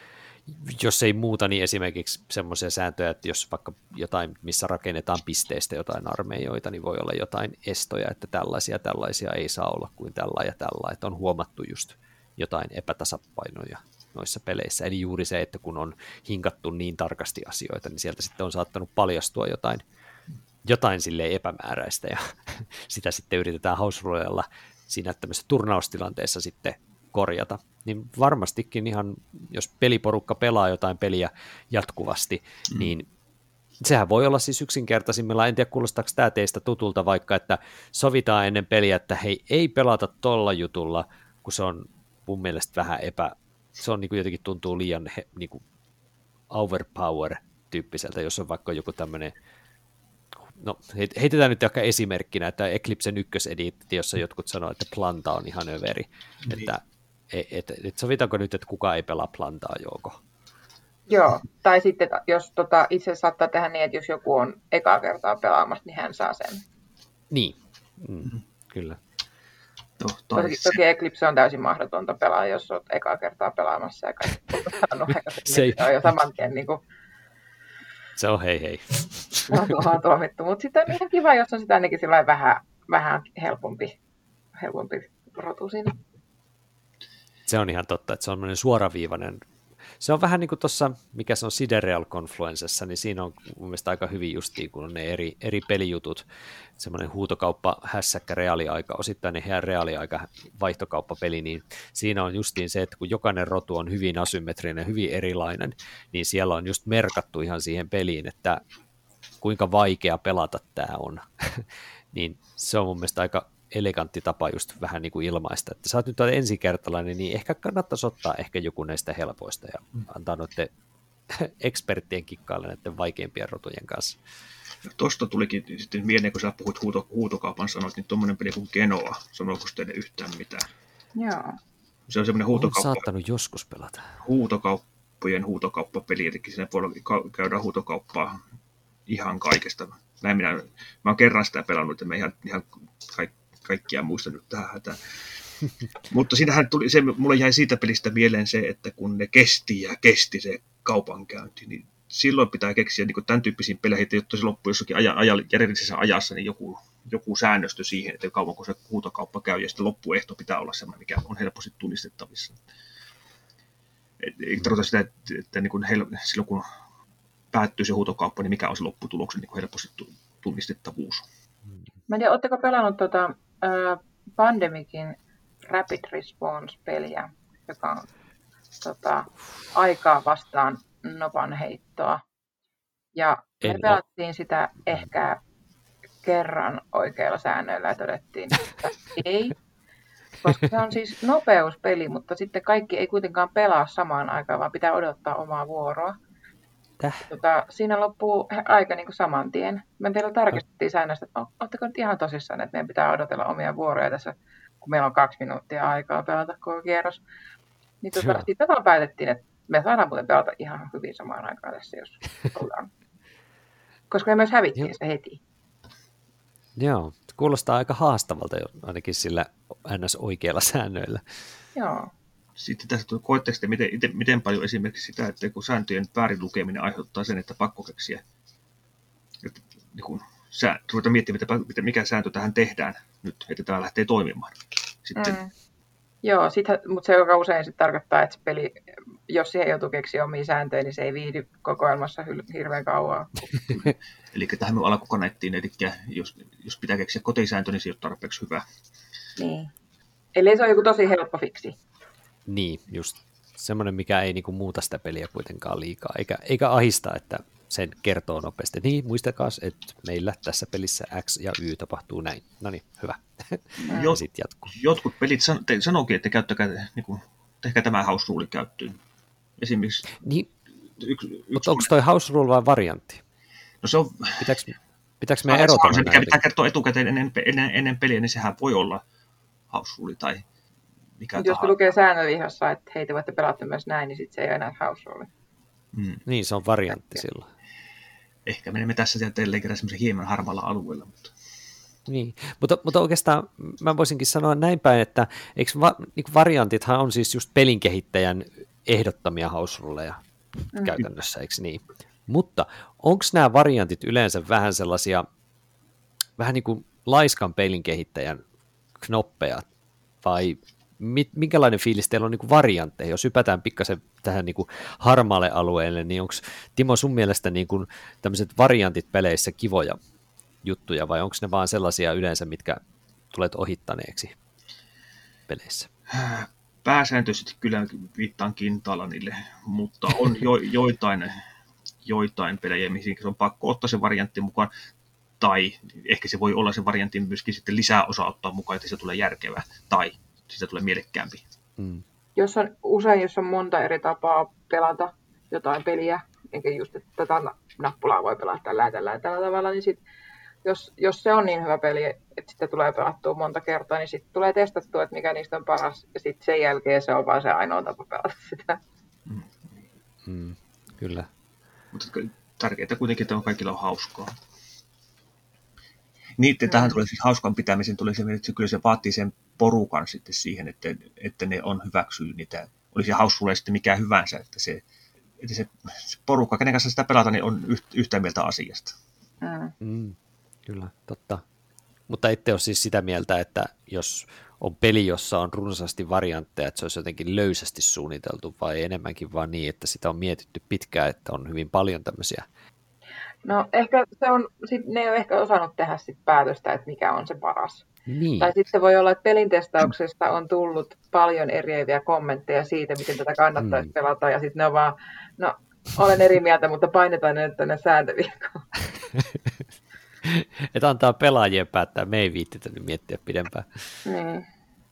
jos ei muuta, niin esimerkiksi semmoisia sääntöjä, että jos vaikka jotain, missä rakennetaan pisteistä jotain armeijoita, niin voi olla jotain estoja, että tällaisia tällaisia ei saa olla kuin tällä ja tällä, että on huomattu just jotain epätasapainoja noissa peleissä. Eli juuri se, että kun on hinkattu niin tarkasti asioita, niin sieltä sitten on saattanut paljastua jotain, jotain silleen epämääräistä, ja sitä sitten yritetään house rulella siinä tämmöisessä turnaustilanteessa sitten korjata. Niin varmastikin ihan, jos peliporukka pelaa jotain peliä jatkuvasti, mm. niin sehän voi olla siis yksinkertaisimmillaan, en tiedä kuulostaako tämä teistä tutulta vaikka, että sovitaan ennen peliä, että hei, ei pelata tolla jutulla, kun se on mun mielestä vähän epä, se on niin kuin jotenkin tuntuu liian he, niin kuin overpower-tyyppiseltä, jos on vaikka joku tämmöinen, no heitetään nyt ehkä esimerkkinä, että Eclipsen ykkösediitti, jossa jotkut sanoo, että planta on ihan överi, niin. että et, et, et sovitaanko nyt, että kukaan ei pelaa plantaa, Jouko? Joo, tai sitten jos tota, itse saattaa tehdä niin, että jos joku on ekaa kertaa pelaamassa, niin hän saa sen. Niin, mm, kyllä. No, toki, toki Eclipse on täysin mahdotonta pelaa, jos olet ekaa kertaa pelaamassa ja kaikki on se, ei... on jo saman tien niin kuin... Se on hei hei. On tuomittu, mutta sitten on ihan kiva, jos on sitä ainakin vähän, vähän helpompi, helpompi rotu siinä. Se on ihan totta, että se on sellainen suoraviivainen. Se on vähän niin kuin tuossa, mikä se on Sidereal Confluencessa, niin siinä on mun mielestä aika hyvin justiin, kun on ne eri, eri pelijutut, semmoinen huutokauppa, hässäkkä, reaaliaika, osittain ihan reaaliaika vaihtokauppapeli, niin siinä on justiin se, että kun jokainen rotu on hyvin asymmetrinen, hyvin erilainen, niin siellä on just merkattu ihan siihen peliin, että kuinka vaikea pelata tämä on. Niin se on mun mielestä aika elegantti tapa just vähän niin kuin ilmaista, että sä oot nyt ensikertalainen, niin ehkä kannattaisi ottaa ehkä joku näistä helpoista ja antaa noiden eksperttien kikkailla näiden vaikeimpien rotujen kanssa. Tuosta tulikin sitten mieleen, kun sä puhut huuto, huutokaupan sanot, niin tuommoinen peli kuin Genoa, sanooko teille yhtään mitään? Joo. Se on semmoinen huutokauppa. Olen saattanut joskus pelata. Huutokauppojen huutokauppapeli, eli siinä voi käydä huutokauppaa ihan kaikesta. Näin minä, mä oon kerran sitä pelannut, että mä ihan, ihan kaikki kaikkia muistanut tähän hätään. Mutta siinähän tuli, se, mulle jäi siitä pelistä mieleen se, että kun ne kesti ja kesti se kaupankäynti, niin silloin pitää keksiä niin tämän tyyppisiin peleihin, jotta se loppuu jossakin aja, aja, järjellisessä ajassa, niin joku, joku säännöstö siihen, että kauan kun se huutokauppa käy, ja sitten loppuehto pitää olla sellainen, mikä on helposti tunnistettavissa. Ei tarkoita sitä, että, että niin kuin hel, silloin kun päättyy se huutokauppa, niin mikä on se lopputuloksen niin kuin helposti tunnistettavuus. Mä en tiedä, ootteko pelannut tuota, äh, Pandemicin Rapid Response-peliä, joka on tota, aikaa vastaan nopan heittoa. Ja me en pelattiin ole. Sitä ehkä kerran oikeilla säännöillä ja todettiin, että ei. Koska se on siis nopeuspeli, mutta sitten kaikki ei kuitenkaan pelaa samaan aikaan, vaan pitää odottaa omaa vuoroa. Tota, siinä loppuu aika niin kuin saman tien. Me vielä tarkistettiin säännöstä, että oletteko nyt ihan tosissaan, että meidän pitää odotella omia vuoroja tässä, kun meillä on kaksi minuuttia aikaa pelata koko kierros. Niin tota, sitten vaan päätettiin, että me saadaan muuten pelata ihan hyvin samaan aikaan tässä, jos ollaan. Koska me myös hävittiin sitä heti. Joo, kuulostaa aika haastavalta ainakin sillä ns. Oikeilla säännöillä. Joo. Sitten tässä koetteko te miten, miten paljon esimerkiksi sitä, että kun sääntöjen väärin lukeminen aiheuttaa sen, että pakko keksiä, että niin kun sää, ruvetaan miettimään, mitä, mikä sääntö tähän tehdään nyt, että tämä lähtee toimimaan. Sitten... Mm. Joo, mutta se joka usein sit tarkoittaa, että se peli, jos siihen joutuu keksiä omia sääntöjä, niin se ei viihdy kokoelmassa hirveän kauan. Eli tähän me alkukonettiin, eli jos, jos pitää keksiä kotisääntö, niin se ei ole tarpeeksi hyvä. Niin. Eli se on joku tosi helppo fiksi. Niin, just semmoinen, mikä ei niinku muuta sitä peliä kuitenkaan liikaa, eikä, eikä ahista, että sen kertoo nopeasti. Niin, muistakaa, että meillä tässä pelissä X ja Y tapahtuu näin. No niin, hyvä. Jot, sitten jatkuu. Jotkut pelit san, te, sanookin, että käyttäkää, niin kuin, tehkää tämä house rule käyttöön. Esimerkiksi... Niin, yksi, yksi mutta onko toi house rule vai variantti? No se on... Pitääkö, pitääkö meidän erotella se, mikä pitää kertoa etukäteen ennen, ennen, ennen peliä, niin sehän voi olla house rule tai mikä tahansa. Jos lukee säännönvihossa, että hei, te voitte pelata myös näin, niin sitten se ei ole enää house rule. Hmm. Niin, se on variantti silloin. Ehkä menemme tässä jälleen kerran semmoisen hieman harmaalla alueella. Mutta... Niin, mutta, mutta oikeastaan mä voisinkin sanoa näin päin, että eikö va, niin variantithan on siis just pelin kehittäjän ehdottamia house-rulleja mm. käytännössä, eikö niin? Mutta onko nämä variantit yleensä vähän sellaisia, vähän niin kuin laiskan pelin kehittäjän knoppeja, vai mit, minkälainen fiilis teillä on niin kuin variantteja? Jos hypätään pikkasen tähän niin kuin harmaalle alueelle, niin onko Timo sun mielestä niin kuin tämmöiset variantit peleissä kivoja juttuja, vai onko ne vaan sellaisia yleensä, mitkä tulet ohittaneeksi peleissä? Pääsääntöisesti kyllä viittaan Kintalanille, mutta on jo, joitain, joitain pelejä, mihin on pakko ottaa se variantti mukaan, tai ehkä se voi olla se variantti myöskin sitten lisää osaa ottaa mukaan, että se tulee järkevää, tai siitä tulee mielekkäämpi. Mm. Jos on, usein, jos on monta eri tapaa pelata jotain peliä, eikä just, että tätä nappulaa voi pelata tällä tällä tällä tavalla, niin sit, jos, jos se on niin hyvä peli, että sitä tulee pelattua monta kertaa, niin sitten tulee testattua, että mikä niistä on paras, ja sitten sen jälkeen se on vaan se ainoa tapa pelata sitä. Mm. Mm, kyllä. Mutta tärkeintä kuitenkin, että on kaikilla on hauskaa. Niiden mm. tähän tulee siis hauskan pitämisen, tulee se, että kyllä se vaatii sen porukan sitten siihen, että, että ne on hyväksyy niitä. Olisi hauska sitten mikä hyvänsä, että se, että se, se porukka, kenen kanssa sitä pelataan, niin on yhtä mieltä asiasta. Mm. Mm, kyllä, totta. Mutta ette ole siis sitä mieltä, että jos on peli, jossa on runsaasti variantteja, että se olisi jotenkin löysästi suunniteltu, vai enemmänkin vaan niin, että sitä on mietitty pitkään, että on hyvin paljon tämmöisiä. No ehkä se on, sit ne ei ole ehkä osannut tehdä sit päätöstä, että mikä on se paras. Niin. Tai sitten voi olla, että pelin testauksesta on tullut paljon eriäviä kommentteja siitä, miten tätä kannattaisi mm. pelata, ja sitten ne on vaan, no olen eri mieltä, mutta painetaan ne tänne sääntöviikkoon. Että antaa pelaajien päättää, me ei viittitä nyt miettiä pidempään. Niin.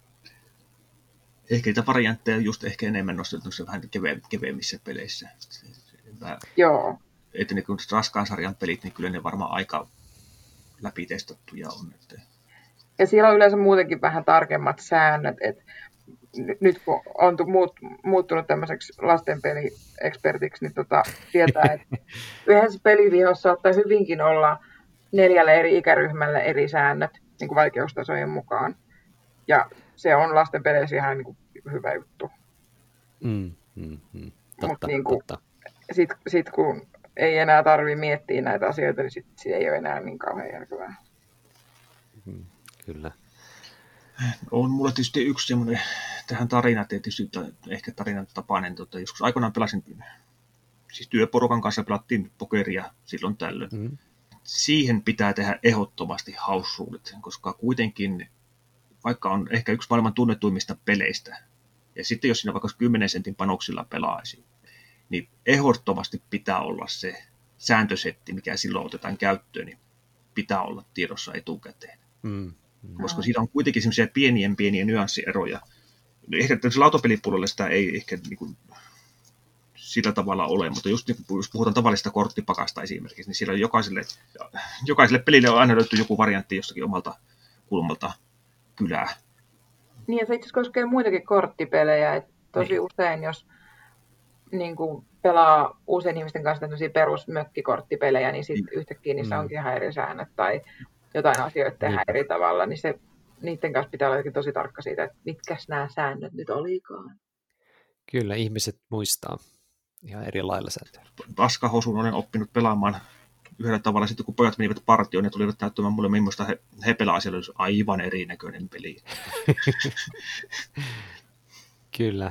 Ehkä niitä variantteja just ehkä enemmän nostettu vähän keve- keveemmissä peleissä. Vähän, joo. että ne kun raskaan sarjan pelit, niin kyllä ne varmaan aika läpitestattuja on. Että... Ja siellä on yleensä muutenkin vähän tarkemmat säännöt, että nyt kun on muuttunut tämmöiseksi lastenpeliekspertiksi, niin tota, tietää, että yhdessä pelivihossa saattaa hyvinkin olla neljälle eri ikäryhmälle eri säännöt niin kuin vaikeustasojen mukaan. Ja se on lastenpeleissä ihan niin kuin hyvä juttu. Mm, mm, mm. Totta, Mutta niin kuin, totta. Sitten sit kun ei enää tarvitse miettiä näitä asioita, niin sitten se ei ole enää niin kauhean järkevää. Hmm, kyllä. On mulla tietysti yksi semmoinen tähän tarina, tietysti ehkä tarinan tapainen. Tota, joskus aikoinaan pelasin, siis työporukan kanssa pelattiin pokeria silloin tällöin. Mm. Siihen pitää tehdä ehdottomasti house rulet, koska kuitenkin, vaikka on ehkä yksi maailman tunnetuimmista peleistä, ja sitten jos siinä vaikka kymmenen sentin panoksilla pelaisi, niin ehdottomasti pitää olla se sääntösetti, mikä silloin otetaan käyttöön, niin pitää olla tiedossa etukäteen. Mm. Mm. Koska siinä on kuitenkin semmoisia pienien pieniä nyanssieroja. Ehkä lautapelipuolella sitä ei ehkä niin kuin sillä tavalla ole, mutta just niin, jos puhutaan tavallisesta korttipakasta esimerkiksi, niin siellä jokaiselle, jokaiselle pelille on aina löytyy joku variantti jostakin omalta kulmalta kylää. Niin, ja se itse asiassa koskee muitakin korttipelejä. Että tosi niin. usein, jos niin kuin pelaa usein ihmisten kanssa tämmöisiä perusmökkikorttipelejä, niin sitten yhtäkkiä niissä mm. onkin ihan eri säännöt tai jotain asioita tehdään niin. eri tavalla, niin se, niiden kanssa pitää olla tosi tarkka siitä, että mitkäs nämä säännöt nyt olikaan. Kyllä, ihmiset muistaa ihan eri lailla sääntöjä. Paskahosun olen oppinut pelaamaan yhdellä tavalla. Sitten kun pojat menivät partioon, ne tulivat näyttämään mulle, millaista he, he pelaa. Siellä olisi aivan erinäköinen peli. Kyllä.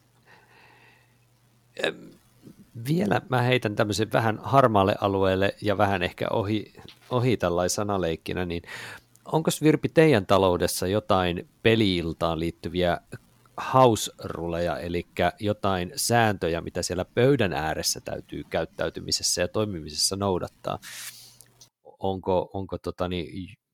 Vielä mä heitän tämmöisen vähän harmaalle alueelle ja vähän ehkä ohi, ohi tällainen sanaleikkinä, niin onko Virpi teidän taloudessa jotain peli-iltaan liittyviä house-ruleja, eli jotain sääntöjä, mitä siellä pöydän ääressä täytyy käyttäytymisessä ja toimimisessa noudattaa? Onko, onko totani,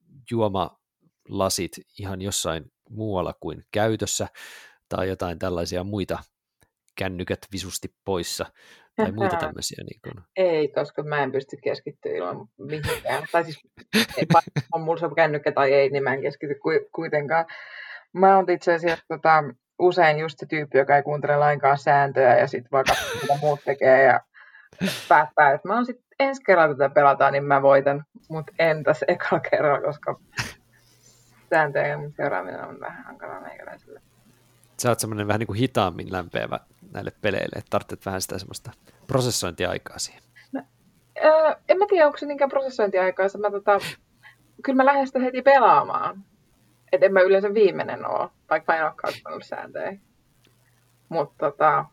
juomalasit ihan jossain muualla kuin käytössä tai jotain tällaisia muita, kännykät visusti poissa tai muita tämmöisiä? Niin kuin... Ei, koska mä en pysty keskittyä ilman mihinkään. Tai siis on mulla se kännykkä tai ei, niin mä en keskity kuitenkaan. Mä oon itse asiassa tota, usein just se tyyppi, joka ei kuuntele lainkaan sääntöjä ja sitten vaan katsoo, mitä muut tekee ja päättää, että mä oon sitten ensi kerralla tätä pelataan, niin mä voitan, mutta en tässä ekalla kerralla, koska sääntöjen seuraaminen on vähän hankalaa meikäläisille. Sä oot semmoinen vähän niin kuin hitaammin lämpeävä näille peleille, että tarvitset vähän sitä semmoista prosessointiaikaa siihen. No, öö, en mä tiedä, onko se niinkään prosessointiaikaa. Mä, tota, kyllä mä lähden sitä heti pelaamaan. Et en mä yleensä viimeinen ole, vaikka mä en ole katsonut sääntöjä. Mutta tota,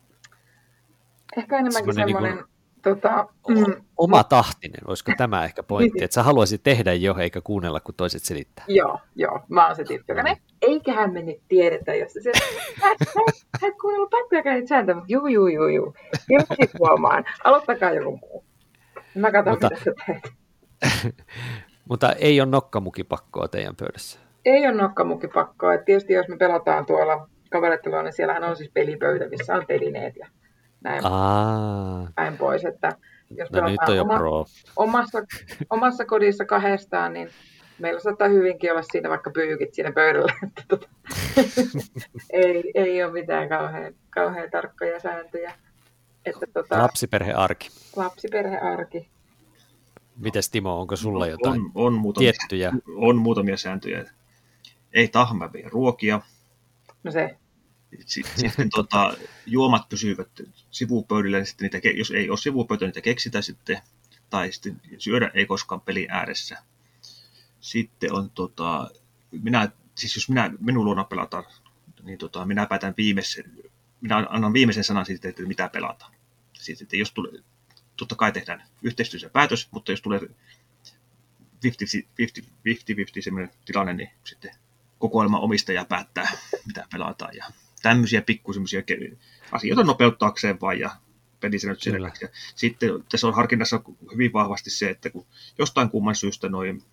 ehkä enemmänkin semmoinen... Niin tota, mm, oma tahtinen, olisiko tämä ehkä pointti, että sä haluaisit tehdä jo, eikä kuunnella, kun toiset selittää. Joo, joo. Mä oon se tyyppi, joka eiköhän me nyt tiedetä, jos se... Sä et kuunnellut pätkäkään niitä sääntöjä, mutta juu, juu, juu, juu. Kyllä mä sit huomaan. Aloittakaa joku muu. Mä katson, mutta, mitä sä teet. Mutta ei ole nokkamukipakkoa teidän pöydässä? Ei ole nokkamukipakkoa. Et tietysti jos me pelataan tuolla kaverittelulla, niin siellähän on siis pelipöytä, missä on telineet ja näin, näin pois. Että jos no nyt on jo oma, pro. Omassa, omassa kodissa kahdestaan, niin meillä saattaa hyvinkin olla siinä vaikka pyykit siinä pöydällä. Että tota, ei, ei ole mitään kauhean, kauhean tarkkoja sääntöjä. Että tota, lapsiperhearki. Lapsiperhearki. Mites Timo, onko sulla jotain on, on muutamia, tiettyjä? On muutamia sääntöjä. Ei tahmäviä ruokia. No se. Sitten tuota, juomat pysyvät sivupöydillä, niin sitten niitä, jos ei ole sivupöytä, niitä keksitään sitten. Tai sitten syödä ei koskaan pelin ääressä. Sitten on, tota, minä, siis jos minä, minun luona pelataan, niin tota, minä päätän viimeisen, minä annan viimeisen sanan siitä, että mitä pelataan. Sitten, että jos tulee, totta kai tehdään yhteistyössä päätös, mutta jos tulee viisikymmentä viisikymmentä sellainen tilanne, niin sitten kokoelman omistaja päättää, mitä pelataan. Ja tämmöisiä pikku semmoisia asioita nopeuttaakseen vain ja pelisäännöt selväksi. Sitten tässä on harkinnassa hyvin vahvasti se, että kun jostain kumman syystä noin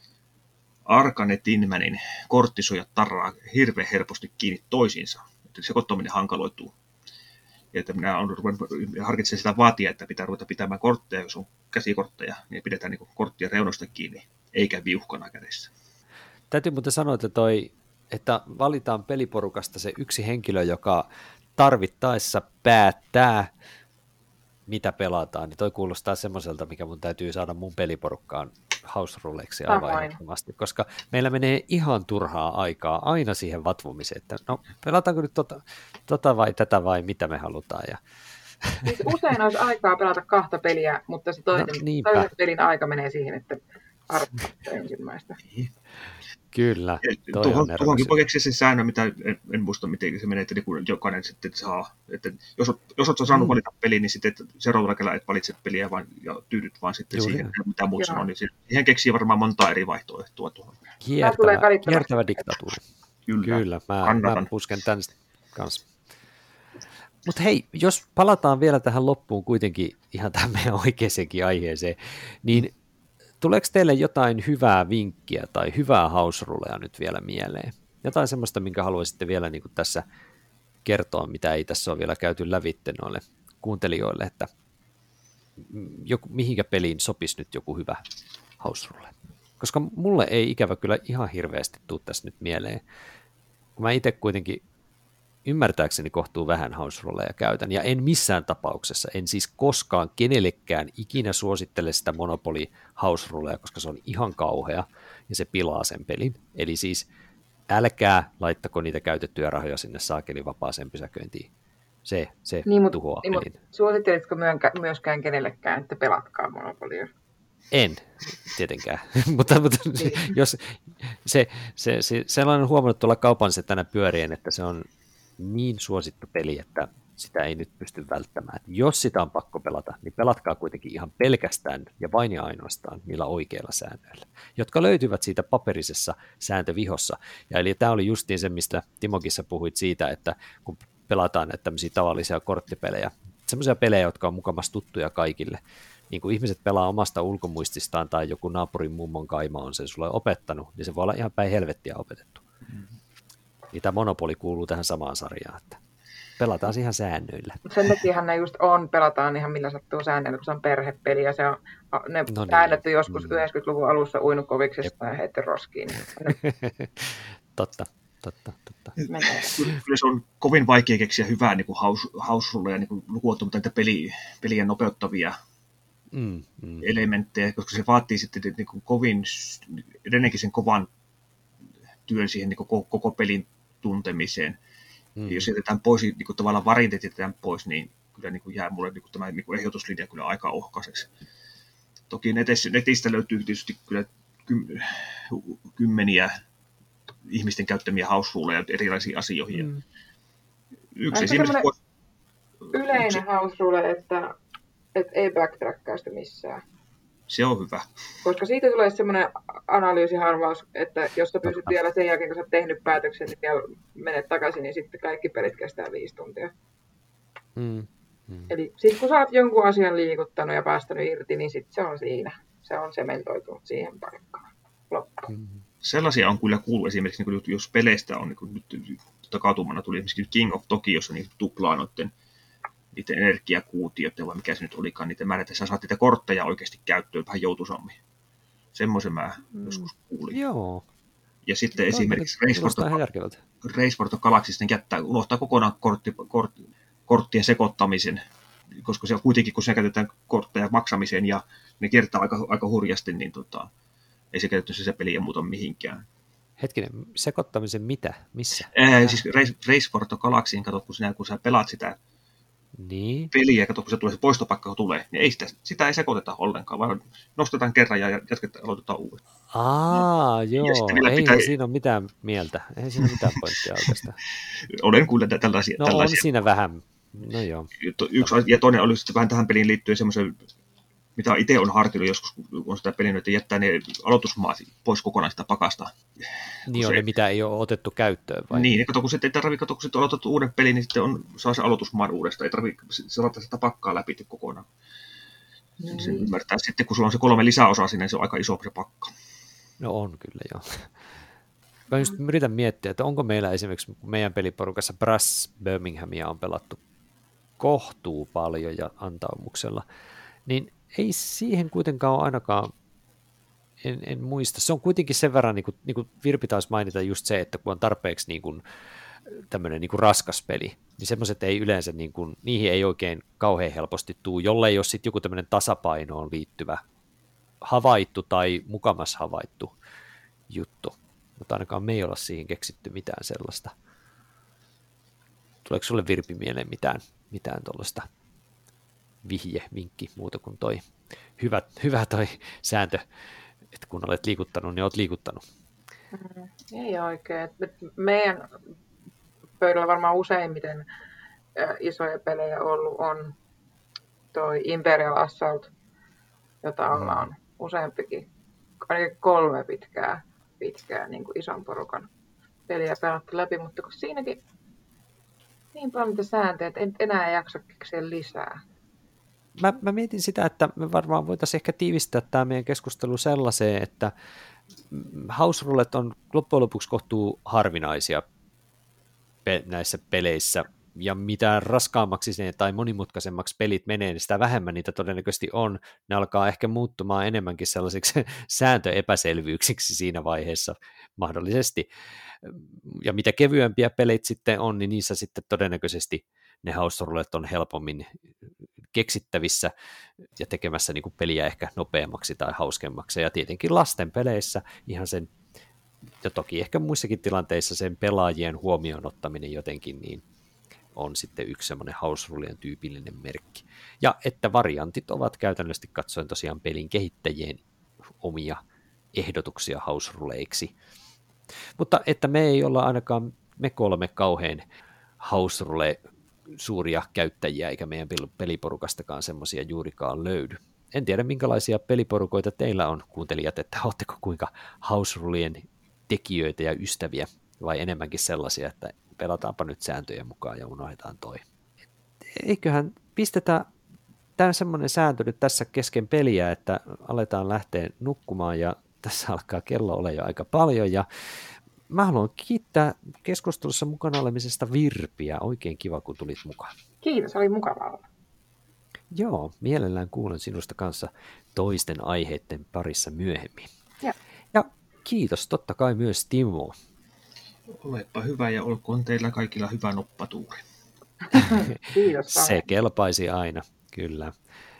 Arkane Tinmanin korttisojat tarraa hirveän helposti kiinni toisiinsa. Että sekoittaminen hankaloituu. Ja että minä olen harkitsen sitä vaatia, että pitää ruveta pitämään kortteja, jos on käsikortteja, niin pidetään niin korttien reunosta kiinni, eikä viuhkana kädessä. Täytyy muuten sanoa, että, toi, että valitaan peliporukasta se yksi henkilö, joka tarvittaessa päättää, mitä pelataan, niin toi kuulostaa semmoiselta, mikä mun täytyy saada mun peliporukkaan house ruleiksi aivan ehdottomasti, koska meillä menee ihan turhaa aikaa aina siihen vatvomiseen, että no pelataanko nyt tota, tota vai tätä vai mitä me halutaan, ja Siis usein olisi aikaa pelata kahta peliä, mutta se toinen, No, toisen pelin aika menee siihen, että arvostaa ensimmäistä. Kyllä, toi Tuohon, on tuohonkin eroksi. voi keksiä se säännö, mitä en, en muista, miten se menee, että jokainen sitten saa. Että jos, olet, jos olet saanut mm. valita peli, niin sitten seuraavalla kerralla et valitse peliä vaan, ja tyydyt vaan sitten Juuri. siihen, mitä muut sanoo. Niin siihen keksii varmaan monta eri vaihtoehtoa tuohon. Kiertävä, kiertävä diktatuuri. Kyllä, Kyllä mä, mä pusken tämän kanssa. Mutta hei, jos palataan vielä tähän loppuun kuitenkin ihan tähän meidän oikeaankin aiheeseen, niin tuleeko teille jotain hyvää vinkkiä tai hyvää house rulea nyt vielä mieleen? Jotain semmoista, minkä haluaisitte vielä niin kuin tässä kertoa, mitä ei tässä ole vielä käyty lävitte noille kuuntelijoille, että joku, mihinkä peliin sopisi nyt joku hyvä house rule? Koska mulle ei ikävä kyllä ihan hirveästi tule tässä nyt mieleen. Kun mä itse kuitenkin ymmärtääkseni kohtuu vähän house ruleja käytän, ja en missään tapauksessa, en siis koskaan kenellekään ikinä suosittele sitä Monopoly house ruleja, koska se on ihan kauhea, ja se pilaa sen pelin. Eli siis älkää laittako niitä käytettyjä rahoja sinne saakeli vapaaseen pysäköintiin. Se, se niin, mut, tuhoaa niin, pelin. Suosittelitko myöskään kenellekään, että pelatkaa Monopolia? En, tietenkään. mutta mutta niin. jos se, se, se, sellainen huomannut tuolla kaupallisesti tänä pyörien, että se on niin suosittu peli, että sitä ei nyt pysty välttämään. Et jos sitä on pakko pelata, niin pelatkaa kuitenkin ihan pelkästään ja vain ja ainoastaan niillä oikeilla säännöillä, jotka löytyvät siitä paperisessa sääntövihossa. Ja eli tämä oli justiin se, mistä Timokissa puhuit siitä, että kun pelataan näitä tämmöisiä tavallisia korttipelejä, semmoisia pelejä, jotka on mukamassa tuttuja kaikille, niin kun ihmiset pelaa omasta ulkomuististaan tai joku naapurin mummon kaima on sen sulle opettanut, niin se voi olla ihan päin helvettiä opetettu. Mm-hmm. Niin tämä Monopoly kuuluu tähän samaan sarjaan, että pelataan ihan säännöillä. Sen takiahan ne just on, pelataan ihan millä sattuu säännöillä, kun se on perhepeli ja se on, ne no säännöt niin. joskus mm. yhdeksänkymmentäluvun alussa uinut koviksesta ja heitti roskiin. totta, totta, totta. Kyllä se on kovin vaikea keksiä hyvää niin house, house ruleja, niin lukuottamatta niitä peliä, peliä nopeuttavia mm, mm. elementtejä, koska se vaatii sitten niin kuin kovin, edelleenkin sen kovan työn siihen niin koko, koko pelin tuntemiseen. Mm. Ja jos jätetään pois, niin kuin tavallaan varinteet jätetään pois, niin kyllä niin kuin jää mulle niin kuin tämä niin kuin ehdotuslinja kyllä aika ohkaiseksi. Toki netistä, netistä löytyy tietysti kyllä kymmeniä ihmisten käyttämiä house ruleja erilaisiin asioihin. Mm. Yksi esimerkiksi... Yleinen yksi... house rule, että, että ei backtrackaa sitä missään. Se on hyvä. Koska siitä tulee semmoinen analyysiharvaus, että jos sä pystyt vielä sen jälkeen, kun sä oot tehnyt päätöksen, niin vielä menet takaisin, niin sitten kaikki pelit kestää viisi tuntia. Mm. Mm. Eli sitten kun sä oot jonkun asian liikuttanut ja päästänyt irti, niin sitten se on siinä. Se on sementoitunut siihen paikkaan. Loppu. Mm. Sellaisia on kyllä kuullut esimerkiksi, niin jos peleistä on, niin kuin nyt takatumana tuli esimerkiksi King of Tokyossa, niin tuplaa noiden niiden energiakuutioiden, vai mikä se nyt olikaan, niiden määrät, että sä saat niitä kortteja oikeasti käyttöön vähän joutuisammin. Semmoisen mä mm. joskus kuulin. Joo. Ja sitten Toi esimerkiksi Race for the Galaxy sitten jättää, unohtaa kokonaan kortti, kort, korttien sekoittamisen, koska se kuitenkin, kun se käytetään kortteja maksamiseen ja ne kiertää aika, aika hurjasti, niin tota, ei se käytetty se peliä muuta mihinkään. Hetkinen, sekoittamisen mitä? Missä? Ää, siis Race, Race for the Galaxyin, katsot, kun, sinä, kun sä pelaat sitä niin. peliä, kato, kun se, tulee, se poistopakka tulee, niin ei sitä, sitä ei sekoiteta ollenkaan, vaan nostetaan kerran ja jatketaan, aloitetaan uudestaan. Aa, joo, ei pitää... siinä ole mitään mieltä, ei siinä ole mitään pointtia oikeastaan. Olen kuullut tällaisia. No tällaisia. On siinä vähän, no joo. Yksi, ja toinen oli sitten vähän tähän peliin liittyen semmoisen, mitä itse on harkillut joskus, kun on sitä peliä, että jättää ne aloitusmaat pois kokonaan sitä pakasta. Niin on se, ne, mitä ei ole otettu käyttöön vai? Niin, kato, kun sitten ei tarvitse, kato, kun sitten on otettu uuden pelin, niin sitten on, saa se aloitusmaan uudestaan, ei tarvitse saada sitä pakkaa läpi kokonaan. Mm. Sen ymmärtää sitten, kun sulla on se kolme lisäosaa sinne, niin se on aika iso se pakka. No on kyllä, joo. Mä just yritän miettiä, että onko meillä esimerkiksi meidän peliporukassa Brass Birminghamia on pelattu kohtuu paljon ja antaumuksella, niin ei siihen kuitenkaan ole ainakaan, en, en muista. Se on kuitenkin sen verran, niin kuin, niin kuin Virpi taisi mainita just se, että kun on tarpeeksi niin kuin, tämmöinen niin kuin raskas peli, niin semmoiset ei yleensä, niin kuin, niihin ei oikein kauhean helposti tule, jollei ole sitten joku tämmöinen tasapainoon liittyvä havaittu tai mukamas havaittu juttu. Mutta ainakaan me ei olla siihen keksitty mitään sellaista. Tuleeko sulle Virpi mieleen mitään, mitään tuollaista vihje, vinkki, muuta kuin toi hyvä, hyvä toi sääntö, että kun olet liikuttanut, niin olet liikuttanut. Mm, ei oikein. Meidän pöydällä varmaan useimmiten isoja pelejä ollut on toi Imperial Assault, jota ollaan useampikin, ainakin kolme pitkää, pitkää niin kuin ison porukan peliä pelattu läpi, mutta kun siinäkin niin paljon niitä sääntöjä, että en enää jaksa keksiä lisää. Mä, mä mietin sitä, että me varmaan voitaisiin ehkä tiivistää tämä meidän keskustelu sellaiseen, että house rulet on loppujen lopuksi kohtuu harvinaisia pe- näissä peleissä, ja mitä raskaammaksi ne tai monimutkaisemmaksi pelit menee, niin sitä vähemmän niitä todennäköisesti on. Ne alkaa ehkä muuttumaan enemmänkin sellaisiksi sääntöepäselvyyksiksi siinä vaiheessa mahdollisesti. Ja mitä kevyempiä pelit sitten on, niin niissä sitten todennäköisesti ne house rulet on helpommin keksittävissä ja tekemässä niin kuin peliä ehkä nopeammaksi tai hauskemmaksi. Ja tietenkin lasten peleissä ihan sen, ja toki ehkä muissakin tilanteissa sen pelaajien huomioon ottaminen jotenkin, niin on sitten yksi semmoinen house rulien tyypillinen merkki. Ja että variantit ovat käytännössä katsoen tosiaan pelin kehittäjien omia ehdotuksia house ruleiksi. Mutta että me ei olla ainakaan, me kolme kauhean house rule suuria käyttäjiä, eikä meidän peliporukastakaan semmoisia juurikaan löydy. En tiedä, minkälaisia peliporukoita teillä on, kuuntelijat, että oletteko kuinka house rulien tekijöitä ja ystäviä, vai enemmänkin sellaisia, että pelataanpa nyt sääntöjen mukaan ja unohdetaan toi. Eiköhän pistetä tämä semmoinen sääntö nyt tässä kesken peliä, että aletaan lähteä nukkumaan, ja tässä alkaa kello olla jo aika paljon, ja mä haluan kiittää keskustelussa mukana olemisesta Virpiä. Oikein kiva, kun tulit mukaan. Kiitos, oli mukava olla. Joo, mielellään kuulen sinusta kanssa toisten aiheiden parissa myöhemmin. Ja, ja kiitos totta kai myös Timo. Olepa hyvä ja olkoon teillä kaikilla hyvä noppatuuri. Kiitos. Se kelpaisi aina, kyllä.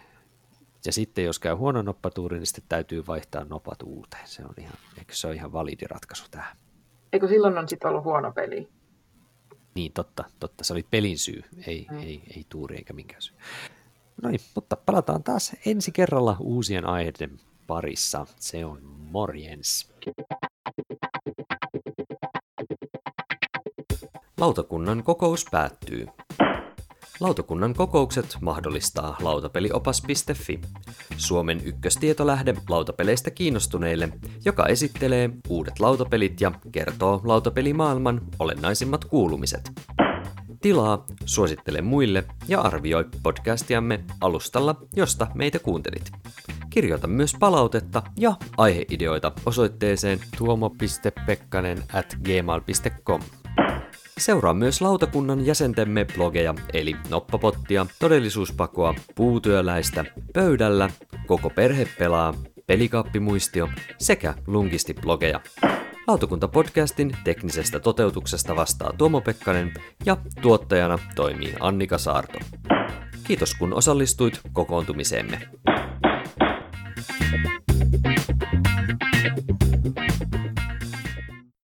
Ja sitten jos käy huono noppatuuri, niin sitten täytyy vaihtaa nopat uuteen. Se on ihan, eikö se ole ihan validi ratkaisu tähän? Eikö silloin on sitten ollut huono peli? Niin, totta, totta. Se oli pelin syy, ei, Mm. ei, ei tuuri eikä minkään syy. No niin, mutta palataan taas ensi kerralla uusien aiheiden parissa. Se on morjens. Lautakunnan kokous päättyy. Lautakunnan kokoukset mahdollistaa lautapeliopas piste fi, Suomen ykköstietolähde lautapeleistä kiinnostuneille, joka esittelee uudet lautapelit ja kertoo lautapelimaailman olennaisimmat kuulumiset. Tilaa, suosittele muille ja arvioi podcastiamme alustalla, josta meitä kuuntelit. Kirjoita myös palautetta ja aiheideoita osoitteeseen tuomo piste pekkanen at gmail piste com. Seuraa myös lautakunnan jäsentemme blogeja, eli Noppapottia, Todellisuuspakoa, Puutyöläistä, Pöydällä, Koko perhe pelaa, Pelikaappimuistio sekä Lungisti-blogeja. Lautakunta-podcastin teknisestä toteutuksesta vastaa Tuomo Pekkanen ja tuottajana toimii Annika Saarto. Kiitos kun osallistuit kokoontumiseemme.